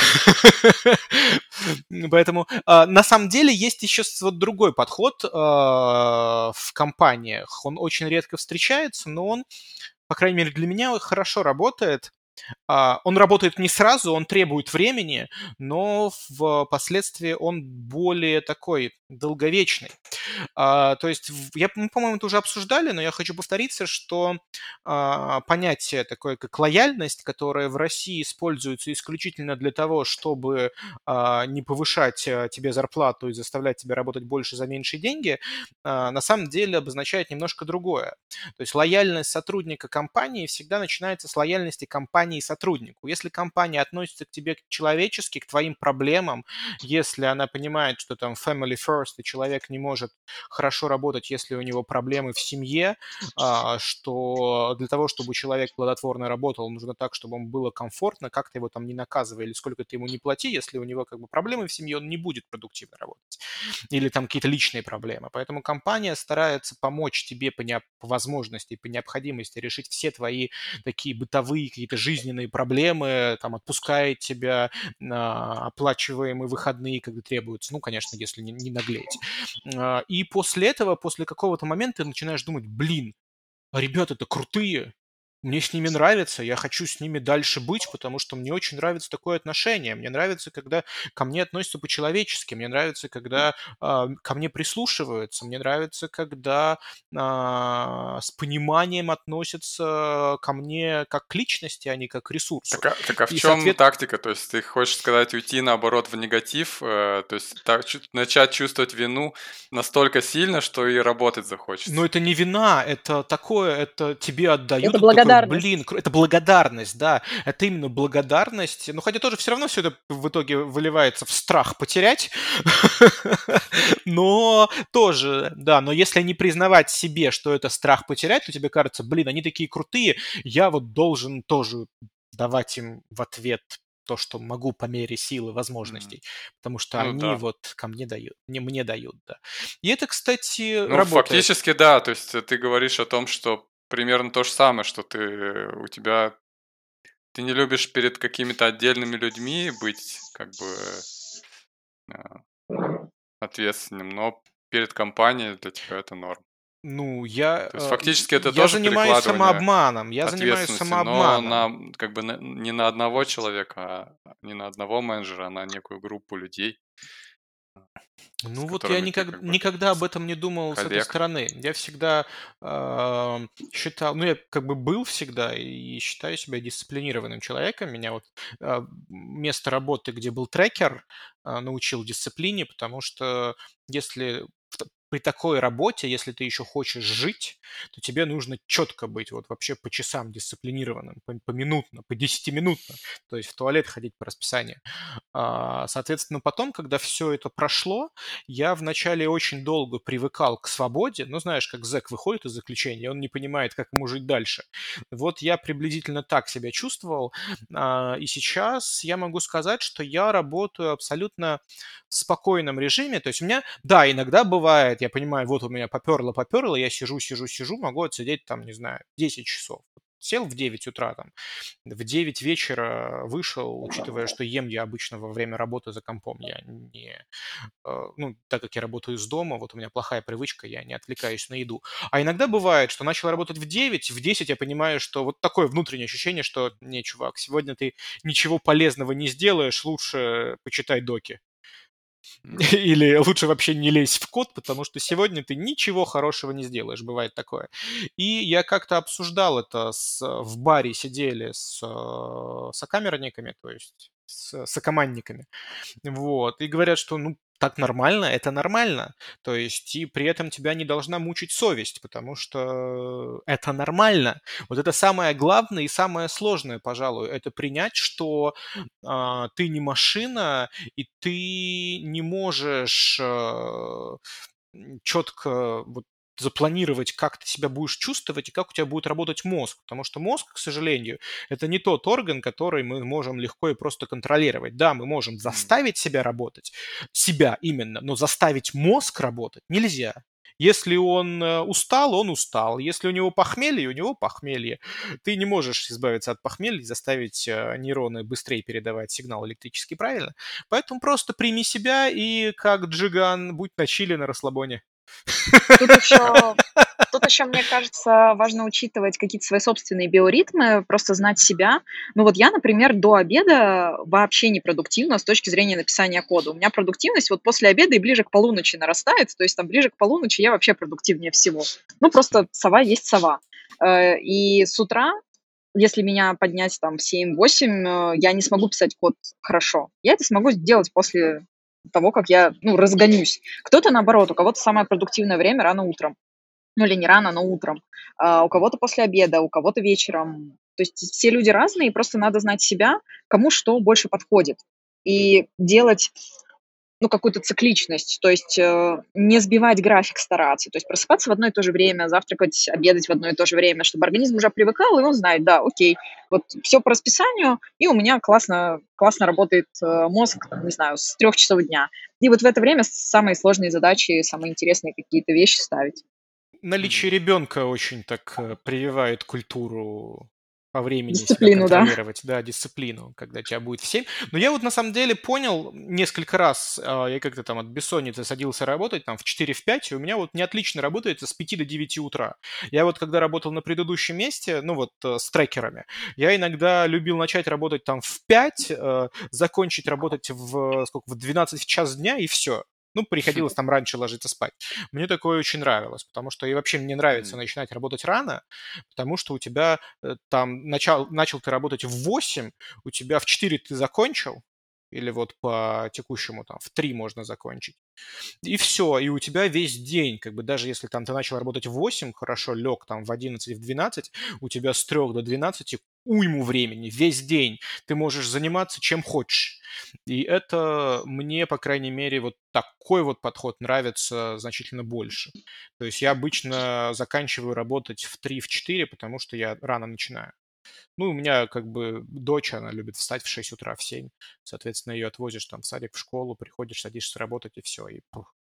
S1: Поэтому на самом деле есть еще вот другой подход в компаниях. Он очень редко встречается, но он, по крайней мере, для меня хорошо работает. Он работает не сразу, он требует времени, но впоследствии он более такой долговечный. То есть мы, по-моему, это уже обсуждали, но я хочу повториться, что понятие такое, как лояльность, которое в России используется исключительно для того, чтобы не повышать тебе зарплату и заставлять тебя работать больше за меньшие деньги, на самом деле обозначает немножко другое. То есть лояльность сотрудника компании всегда начинается с лояльности компании сотруднику. Если компания относится к тебе человечески, к твоим проблемам, если она понимает, что там family first, и человек не может хорошо работать, если у него проблемы в семье, что для того, чтобы человек плодотворно работал, нужно так, чтобы ему было комфортно, как ты его там не наказывай или сколько ты ему не плати, если у него как бы проблемы в семье, он не будет продуктивно работать. Или там какие-то личные проблемы. Поэтому компания старается помочь тебе по возможности и по необходимости решить все твои такие бытовые какие-то жизненные проблемы, там отпускает тебя на оплачиваемые выходные, когда требуется, ну, конечно, если не наглеть. И после этого, после какого-то момента ты начинаешь думать, блин, а ребята-то крутые, мне с ними нравится, я хочу с ними дальше быть, потому что мне очень нравится такое отношение. Мне нравится, когда ко мне относятся по-человечески, мне нравится, когда ко мне прислушиваются, мне нравится, когда с пониманием относятся ко мне как к личности, а не как к ресурсу.
S2: Так а в
S1: И,
S2: чем тактика? То есть ты хочешь сказать уйти наоборот в негатив, то есть начать чувствовать вину настолько сильно, что и работать
S1: Но
S2: захочется?
S1: это не вина, это такое, это тебе отдают,
S3: Это
S1: это такой, блин,
S3: благодарность.
S1: это благодарность, да, это именно благодарность. Ну, хотя тоже все равно все это в итоге выливается в страх потерять, но тоже, да, но если не признавать себе, что это страх потерять, то тебе кажется, блин, они такие крутые, я вот должен тоже давать им в ответ то, что могу по мере силы
S2: М,
S1: возможностей, потому что
S2: Ну
S1: они
S2: да.
S1: вот ко мне дают, мне дают, да. И это, кстати,
S2: Ну,
S1: работает.
S2: фактически, да. То есть ты говоришь о том, что примерно то же самое, что у тебя ты не любишь перед какими-то отдельными людьми быть как бы а, ответственным, но перед компанией для тебя это норм.
S1: Ну,
S2: То есть фактически это
S1: я
S2: тоже
S1: занимаюсь
S2: перекладывание
S1: самообманом, я занимаюсь
S2: ответственности, но
S1: самообманом.
S2: как бы не на одного человека, не на одного менеджера, а на некую группу людей, с
S1: Ну вот я
S2: которыми ты как бы
S1: никогда об этом не думал с этой
S2: коллег.
S1: стороны. Я всегда считал, ну я как бы был всегда и считаю себя дисциплинированным человеком. Меня вот место работы, где был трекер, научил дисциплине, потому что если при такой работе, если ты еще хочешь жить, то тебе нужно четко быть вот вообще по часам дисциплинированным, поминутно, по 10-минутно, то есть в туалет ходить по расписанию. Соответственно, потом, когда все это прошло, я вначале очень долго привыкал к свободе. Ну, знаешь, как зэк выходит из заключения, он не понимает, как ему жить дальше. Вот я приблизительно так себя чувствовал. И сейчас я могу сказать, что я работаю абсолютно в спокойном режиме. То есть у меня, да, иногда бывает, я понимаю, вот у меня поперло, я сижу, могу отсидеть там, не знаю, 10 часов. Сел в 9 утра, там, в 9 вечера вышел, учитывая, что ем я обычно во время работы за компом. Я не, ну, так как я работаю из дома, вот у меня плохая привычка, я не отвлекаюсь на еду. А иногда бывает, что начал работать в 9, в 10 я понимаю, что вот такое внутреннее ощущение, что не, чувак, сегодня ты ничего полезного не сделаешь, лучше почитай доки.
S2: М.
S1: Или лучше вообще не лезь в код, потому что сегодня ты ничего хорошего не сделаешь, бывает такое. И я как-то обсуждал это в баре, сидели с сокамерниками, то есть с сокомандниками, вот, и говорят, что, ну, так нормально, это нормально. То есть и при этом тебя не должна мучить совесть, потому что это нормально. Вот это самое главное и самое сложное, пожалуй, это принять, что ты не машина, и ты не можешь четко вот запланировать, как ты себя будешь чувствовать и как у тебя будет работать мозг. Потому что мозг, к сожалению, это не тот орган, который мы можем легко и просто контролировать. Да, мы можем
S2: М,
S1: заставить себя работать, себя именно, но заставить мозг работать нельзя. Если он устал, он устал. Если у него похмелье, у него похмелье. Ты не можешь избавиться от похмелья и заставить нейроны быстрее передавать сигнал электрический, правильно? Поэтому просто прими себя и, как Джиган, будь на чиле, на расслабоне.
S3: Тут еще, тут еще, мне кажется, важно учитывать какие-то свои собственные биоритмы, просто знать себя. Ну вот я, например, до обеда вообще не продуктивна с точки зрения написания кода. У меня продуктивность вот после обеда и ближе к полуночи нарастает, то есть там ближе к полуночи я вообще продуктивнее всего. Ну просто сова есть сова. И с утра, если меня поднять там в 7-8, я не смогу писать код хорошо. Я это смогу сделать после того, как я, ну, разгонюсь. Кто-то, наоборот, у кого-то самое продуктивное время рано утром. Ну, или не рано, но утром. У кого-то после обеда, у кого-то вечером. То есть все люди разные, и просто надо знать себя, кому что больше подходит. И делать, ну, какую-то цикличность, то есть не сбивать график стараться, то есть просыпаться в одно и то же время, завтракать, обедать в одно и то же время, чтобы организм уже привыкал, и он знает, да, окей, вот все по расписанию, и у меня классно, классно работает мозг, там, не знаю, с 3 часов дня. И вот в это время самые сложные задачи, самые интересные какие-то вещи ставить.
S1: Наличие
S2: мгм.
S1: ребенка очень так прививает культуру по времени себя
S3: Дисциплину, да.
S1: контролировать, да, дисциплину, когда тебя будет в 7. Но я вот на самом деле понял несколько раз, я как-то там от бессонницы садился работать там в 4 в 5, и у меня вот не отлично работает с 5 до 9 утра. Я вот когда работал на предыдущем месте, ну вот с трекерами, я иногда любил начать работать там в 5, закончить работать в 12 в час дня и все. Ну, приходилось там раньше ложиться спать. Мне такое очень нравилось, потому что и вообще мне нравится
S2: М,
S1: начинать работать рано, потому что у тебя там начал ты работать в 8, у тебя в 4 ты закончил, или вот по текущему там в 3 можно закончить. И все, и у тебя весь день, как бы даже если там ты начал работать в 8, хорошо, лег там в 11, в 12, у тебя с 3 до 12 уйму времени, весь день. Ты можешь заниматься чем хочешь. И это мне, по крайней мере, вот такой вот подход нравится значительно больше. То есть я обычно заканчиваю работать в 3, в 4, потому что я рано начинаю. Ну, у меня как бы дочь, она любит встать в 6 утра, в 7. Соответственно, ее отвозишь там в садик, в школу, приходишь, садишься работать, и все. И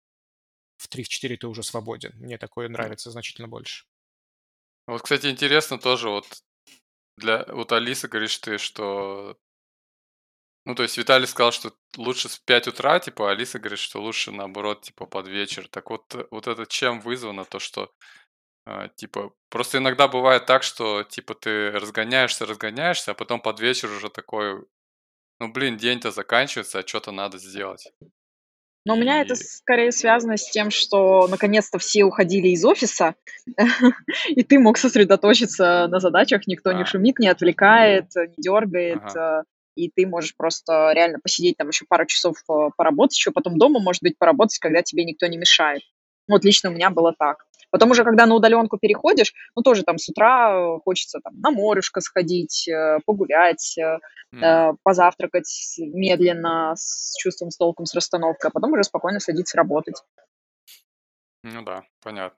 S1: в 3-4 ты уже свободен. Мне такое
S2: да.
S1: нравится значительно больше.
S2: Вот, кстати, интересно тоже вот вот Алиса говоришь ты, что ну, то есть Виталий сказал, что лучше в 5 утра, типа, а Алиса говорит, что лучше наоборот, типа, под вечер. Так вот, вот это чем вызвано? То, что, типа, просто иногда бывает так, что, типа, ты разгоняешься, а потом под вечер уже такой, ну, блин, день-то заканчивается, а что-то надо сделать.
S3: Но у меня это
S2: И,
S3: скорее связано с тем, что наконец-то все уходили из офиса, и ты мог сосредоточиться на задачах, никто не
S2: а,
S3: шумит, не отвлекает, не дергает,
S2: ага,
S3: и ты можешь просто реально посидеть там еще пару часов, поработать еще, потом дома, может быть, поработать, когда тебе никто не мешает. Вот лично у меня было так. Потом уже,
S2: мгм,
S3: когда на удаленку переходишь, ну, тоже там с утра хочется там на морюшко сходить, погулять, позавтракать медленно, с чувством, с толком, с расстановкой, а потом уже спокойно садиться работать.
S2: ну да, понятно.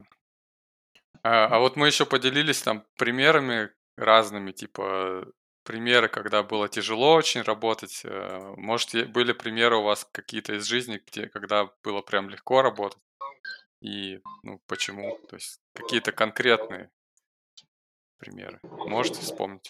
S2: А вот мы еще поделились там примерами разными, типа примеры, когда было тяжело очень работать. Может, были примеры у вас какие-то из жизни, где когда было прям легко работать? И, ну, почему? То есть какие-то конкретные примеры. Можете вспомнить?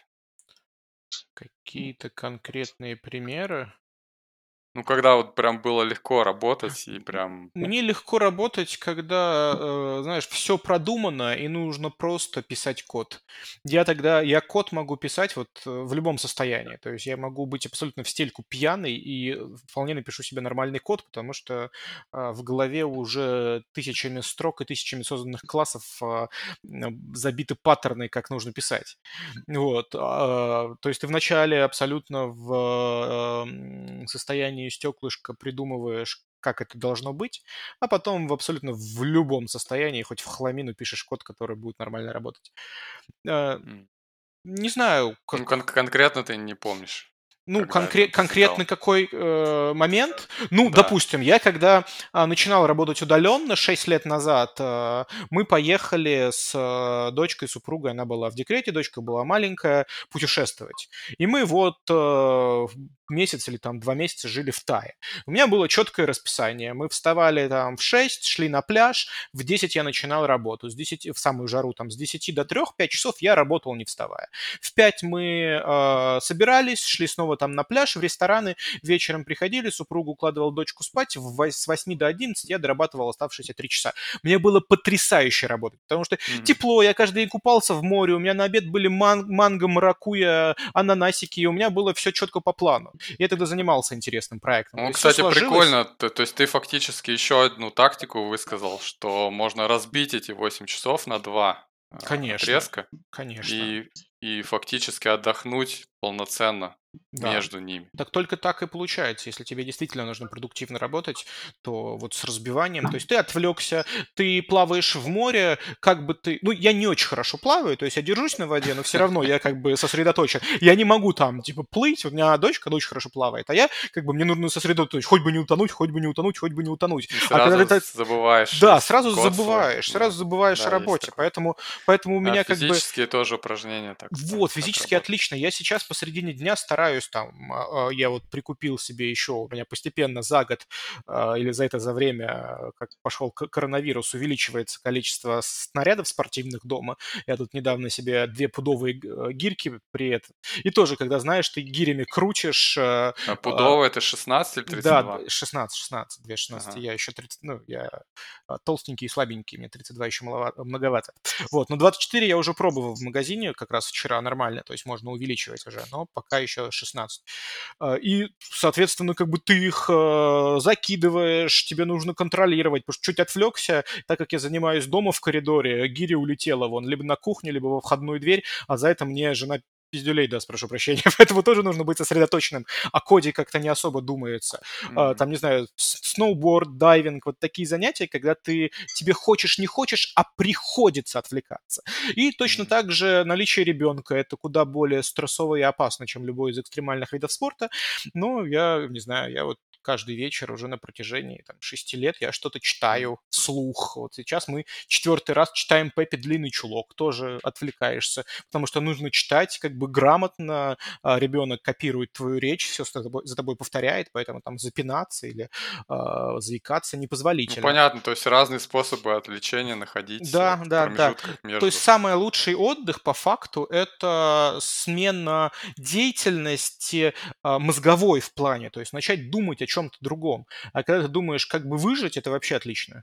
S1: Какие-то конкретные примеры?
S2: Ну, когда вот прям было легко работать и прям...
S1: Мне легко работать, когда, знаешь, все продумано и нужно просто писать код. Я код могу писать вот в любом состоянии. То есть я могу быть абсолютно в стельку пьяный и вполне напишу себе нормальный код, потому что в голове уже тысячами строк и тысячами созданных классов забиты паттерны, как нужно писать. Вот. То есть ты вначале абсолютно в состоянии стеклышка придумываешь как это должно быть, а потом абсолютно в любом состоянии, хоть в хламину пишешь код, который будет нормально работать. Э,
S2: М.
S1: Не знаю,
S2: Ну,
S1: как...
S2: конкретно ты не помнишь,
S1: Ну,
S2: когда это
S1: конкретный
S2: достигал.
S1: какой момент? Ну,
S2: Да.
S1: допустим, я когда начинал работать удаленно 6 лет назад, мы поехали с дочкой, супругой, она была в декрете, дочка была маленькая, путешествовать. И мы вот месяц или там 2 месяца жили в Тае. У меня было четкое расписание. Мы вставали там в 6, шли на пляж, в 10 я начинал работу, с 10, в самую жару, там, с 10 до 3, 5 часов я работал не вставая. В 5 мы собирались, шли снова там на пляж, в рестораны, вечером приходили, супруга укладывала дочку спать, с 8 до 11 я дорабатывал оставшиеся 3 часа. Мне было потрясающе работать, потому что
S2: Мгм.
S1: тепло, я каждый день купался в море, у меня на обед были манго, маракуйя, ананасики, и у меня было все четко по плану. Я тогда занимался интересным проектом. То
S2: Ну,
S1: есть все
S2: кстати,
S1: сложилось.
S2: прикольно. То есть ты фактически еще одну тактику высказал, что можно разбить эти 8 часов на два
S1: Конечно,
S2: отрезка
S1: конечно,
S2: и фактически отдохнуть полноценно
S1: да.
S2: между ними.
S1: Так только так и получается. Если тебе действительно нужно продуктивно работать, то вот с разбиванием, то есть ты отвлекся, ты плаваешь в море, как бы ты... Ну, я не очень хорошо плаваю, то есть я держусь на воде, но все равно я как бы сосредоточен. Я не могу там, типа, плыть, у меня дочка очень хорошо плавает, а я, как бы, мне нужно сосредоточить, хоть бы не утонуть, хоть бы не утонуть, хоть бы не утонуть.
S2: И
S1: А когда
S2: сразу
S1: ты
S2: забываешь
S1: да,
S2: весь код свой.
S1: сразу
S2: Да,
S1: забываешь о
S2: да, есть
S1: работе.
S2: такое.
S1: Поэтому у
S2: А
S1: меня как бы
S2: физические тоже упражнения
S1: вот,
S2: так
S1: физически
S2: работают.
S1: отлично. Я сейчас посередине дня стараюсь там, я вот прикупил себе еще, у меня постепенно за год или за время, как пошел коронавирус, увеличивается количество снарядов спортивных дома. Я тут недавно себе 2 пудовые гирьки при этом. И тоже, когда, знаешь, ты гирями крутишь,
S2: А пудовый это 16 или
S1: да,
S2: 32?
S1: 16, 2 16.
S2: Ага.
S1: Я еще 30, ну, я толстенький и слабенький, мне 32 еще многовато. Вот, но 24 я уже пробовал в магазине как раз вчера нормально, то есть можно увеличивать уже, но пока еще 16. И, соответственно, как бы ты их закидываешь, тебе нужно контролировать, потому что чуть отвлекся, так как я занимаюсь дома в коридоре, гиря улетела вон либо на кухню, либо во входную дверь, а за это мне жена пиздюлей даст, прошу прощения. Поэтому тоже нужно быть сосредоточенным. О коде как-то не особо думается.
S2: Мгм.
S1: Там, не знаю, сноуборд, дайвинг, вот такие занятия, когда ты тебе хочешь, не хочешь, а приходится отвлекаться. И точно
S2: Мгм.
S1: так же наличие ребенка – это куда более стрессово и опасно, чем любой из экстремальных видов спорта. Но я, не знаю, я вот каждый вечер уже на протяжении там, 6 лет я что-то
S2: Мгм.
S1: читаю вслух. Вот сейчас мы 4-й раз читаем Пеппи «Длинный чулок», тоже отвлекаешься, потому что нужно читать как бы грамотно, ребенок копирует твою речь, все за тобой повторяет, поэтому там запинаться или заикаться
S2: Ну,
S1: непозволительно.
S2: понятно, то есть разные способы отвлечения находить
S1: Да,
S2: в
S1: да, да.
S2: промежутках
S1: То есть
S2: между.
S1: самый лучший отдых по факту – это смена деятельности мозговой в плане, то есть начать думать о чем-то другом. А когда ты думаешь, как бы выжить, это вообще отлично.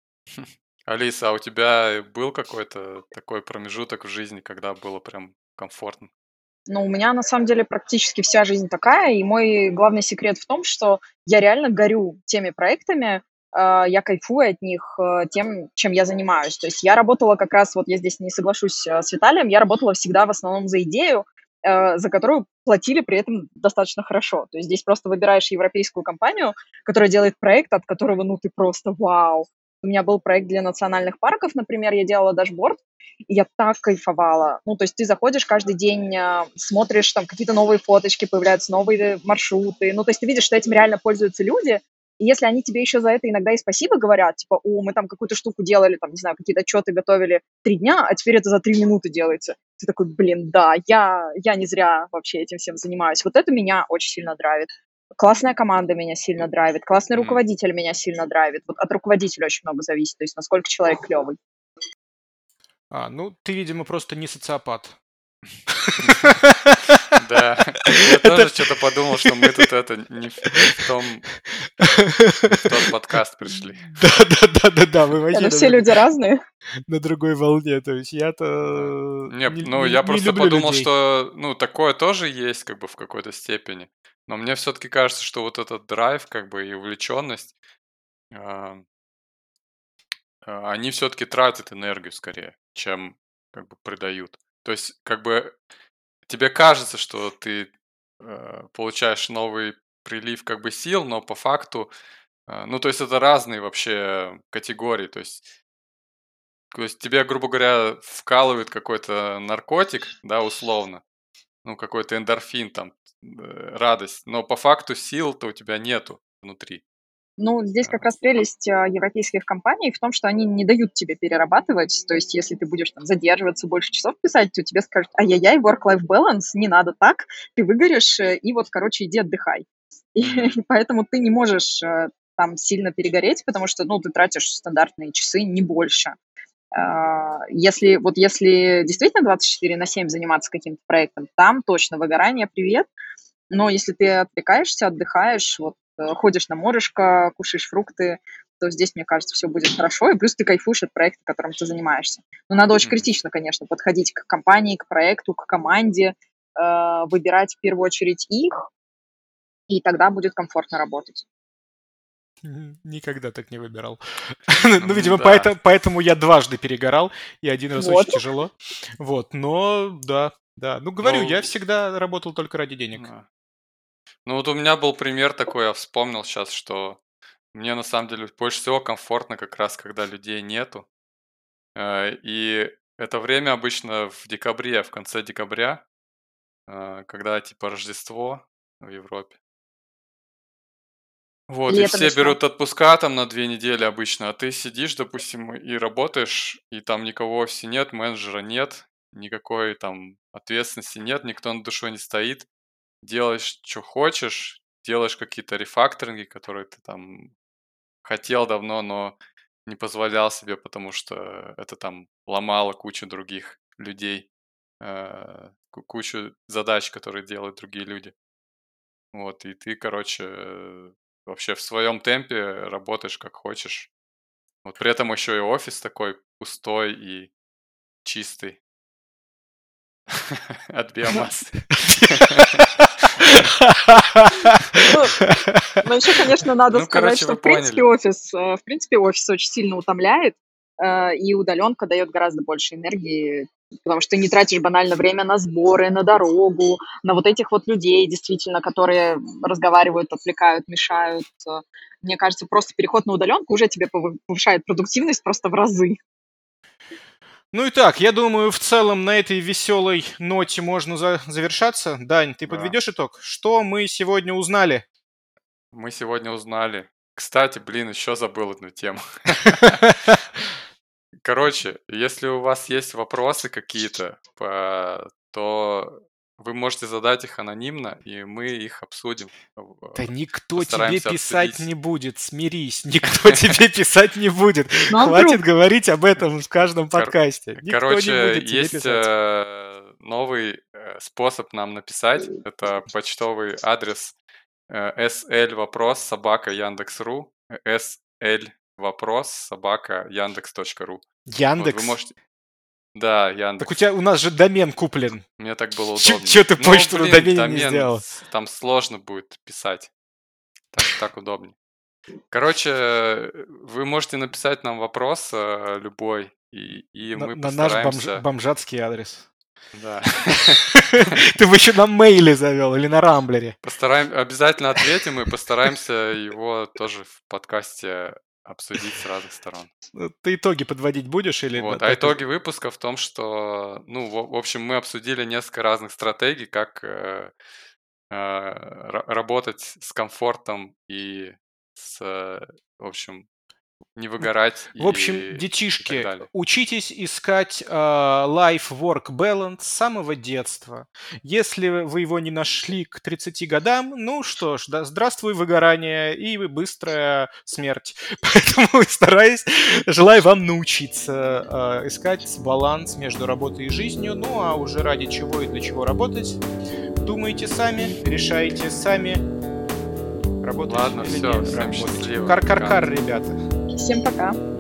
S2: Алиса, а у тебя был какой-то такой промежуток в жизни, когда было прям комфортно?
S3: Но у меня на самом деле практически вся жизнь такая, и мой главный секрет в том, что я реально горю теми проектами, я кайфую от них, тем, чем я занимаюсь. То есть я работала как раз, вот я здесь не соглашусь с Виталием, я работала всегда в основном за идею, за которую платили при этом достаточно хорошо. То есть здесь просто выбираешь европейскую компанию, которая делает проект, от которого, ну, ты просто вау. У меня был проект для национальных парков, например, я делала дашборд, и я так кайфовала. Ну, то есть ты заходишь каждый день, смотришь, там какие-то новые фоточки, появляются новые маршруты. Ну, то есть ты видишь, что этим реально пользуются люди. И если они тебе еще за это иногда и спасибо говорят, типа, о, мы там какую-то штуку делали, там, не знаю, какие-то отчеты готовили 3 дня, а теперь это за 3 минуты делается. Ты такой, блин, да, я не зря вообще этим всем занимаюсь. Вот это меня очень сильно драйвит. Классная команда меня сильно драйвит, классный
S2: Мгм.
S3: руководитель меня сильно драйвит. Вот от руководителя очень много зависит, то есть насколько человек клевый.
S1: Ну, ты, видимо, просто не социопат.
S2: Да, я
S1: Это...
S2: тоже что-то подумал, что мы тут это не в тот подкаст пришли.
S1: Да, мы
S3: Это
S1: вообще
S3: все люди разные.
S1: на другой волне. То есть
S2: Да.
S1: я-то
S2: Не, ну я
S1: не
S2: просто
S1: люблю
S2: подумал,
S1: людей.
S2: что, ну, такое тоже есть, как бы, в какой-то степени. Но мне все-таки кажется, что вот этот драйв, как бы, и увлеченность, а, они все-таки тратят энергию скорее, чем, как бы, придают. То есть, как бы, тебе кажется, что ты получаешь новый прилив, как бы, сил, но по факту Ну, то есть это разные вообще категории. То есть тебе, грубо говоря, вкалывают какой-то наркотик, да, условно, ну, какой-то эндорфин, там, радость, но по факту сил-то у тебя нету внутри.
S3: Ну, здесь как раз прелесть европейских компаний в том, что они не дают тебе перерабатывать. То есть, если ты будешь там задерживаться больше часов писать, то тебе скажут: ай-яй-яй, work-life balance, не надо так, ты выгоришь, и вот, короче, иди отдыхай. И поэтому ты не можешь там сильно перегореть, потому что, ну, ты тратишь стандартные часы, не больше. Если действительно 24/7 заниматься каким-то проектом, там точно выгорание, привет. Но если ты отвлекаешься, отдыхаешь, вот ходишь на морешко, кушаешь фрукты, то здесь, мне кажется, все будет хорошо, и плюс ты кайфуешь от проекта, которым ты занимаешься. Но надо очень критично, конечно, подходить к компании, к проекту, к команде, выбирать в первую очередь их, и тогда будет комфортно работать.
S1: Никогда так не выбирал. Ну, видимо,
S2: да.
S1: поэтому я дважды перегорал, и один раз
S3: Вот.
S1: очень тяжело. Вот, но да. Ну, говорю, я всегда работал только ради денег.
S2: Ну, вот у меня был пример такой, я вспомнил сейчас, что мне на самом деле больше всего комфортно как раз, когда людей нету. И это время обычно в декабре, в конце декабря, когда типа Рождество в Европе. Вот, и
S3: Летом
S2: все
S3: еще.
S2: берут отпуска там на 2 недели обычно, а ты сидишь, допустим, и работаешь, и там никого вовсе нет, менеджера нет, никакой там ответственности нет, никто над душой не стоит. Делаешь, что хочешь, делаешь какие-то рефакторинги, которые ты там хотел давно, но не позволял себе, потому что это там ломало кучу других людей, кучу задач, которые делают другие люди. Вот, и ты, короче, вообще в своем темпе работаешь как хочешь. Вот при этом еще и офис такой пустой и чистый от биомассы.
S3: Ну, еще, конечно, надо
S2: Ну,
S3: сказать,
S2: короче,
S3: что
S2: вы
S3: в принципе офис очень сильно утомляет, и удаленка дает гораздо больше энергии, потому что ты не тратишь банально время на сборы, на дорогу, на вот этих вот людей, действительно, которые разговаривают, отвлекают, мешают. Мне кажется, просто переход на удаленку уже тебе повышает продуктивность просто в разы.
S1: Ну и так, я думаю, в целом на этой веселой ноте можно завершаться. Дань, ты
S2: Да.
S1: подведешь итог? Что мы сегодня узнали?
S2: Мы сегодня узнали. Кстати, блин, еще забыл одну тему. Короче, если у вас есть вопросы какие-то, то вы можете задать их анонимно, и мы их обсудим.
S1: Да никто тебе
S2: Постараемся
S1: писать
S2: обсудить.
S1: не будет, смирись. Никто тебе писать не будет.
S3: Ну, а
S1: Хватит
S3: вдруг?
S1: говорить об этом в каждом подкасте. Никто не
S2: Короче,
S1: будет тебе
S2: есть
S1: писать.
S2: новый способ нам написать. Это почтовый адрес slvoпрос@yandex.ru, slvoпрос@yandex.ru.
S1: Яндекс?
S2: Вот вы можете... Да,
S1: Так
S2: Яндекс.
S1: у нас же домен куплен.
S2: Мне так было удобнее.
S1: Че ты почту на домене не
S2: домен,
S1: сделал?
S2: там сложно будет писать. Так удобнее. Короче, вы можете написать нам вопрос любой, и мы
S1: На наш
S2: постараемся...
S1: бомжатский адрес.
S2: Да.
S1: Ты бы еще на мейле завел или на рамблере.
S2: Обязательно ответим и постараемся его тоже в подкасте обсудить с разных сторон.
S1: Ты итоги подводить будешь или...
S2: Вот. А итоги выпуска в том, что, ну, в общем, мы обсудили несколько разных стратегий, как работать с комфортом и с, в общем, не выгорать
S1: В общем,
S2: и так
S1: детишки,
S2: далее.
S1: учитесь искать life-work balance с самого детства. Если вы его не нашли к 30 годам, ну что ж, да, здравствуй выгорание и быстрая смерть. Поэтому желаю вам научиться искать баланс между работой и жизнью, ну а уже ради чего и для чего работать, думайте сами, решайте сами. Работать.
S2: Ладно, все, всем счастливо.
S1: Кар-кар-кар, ребята.
S3: Всем пока.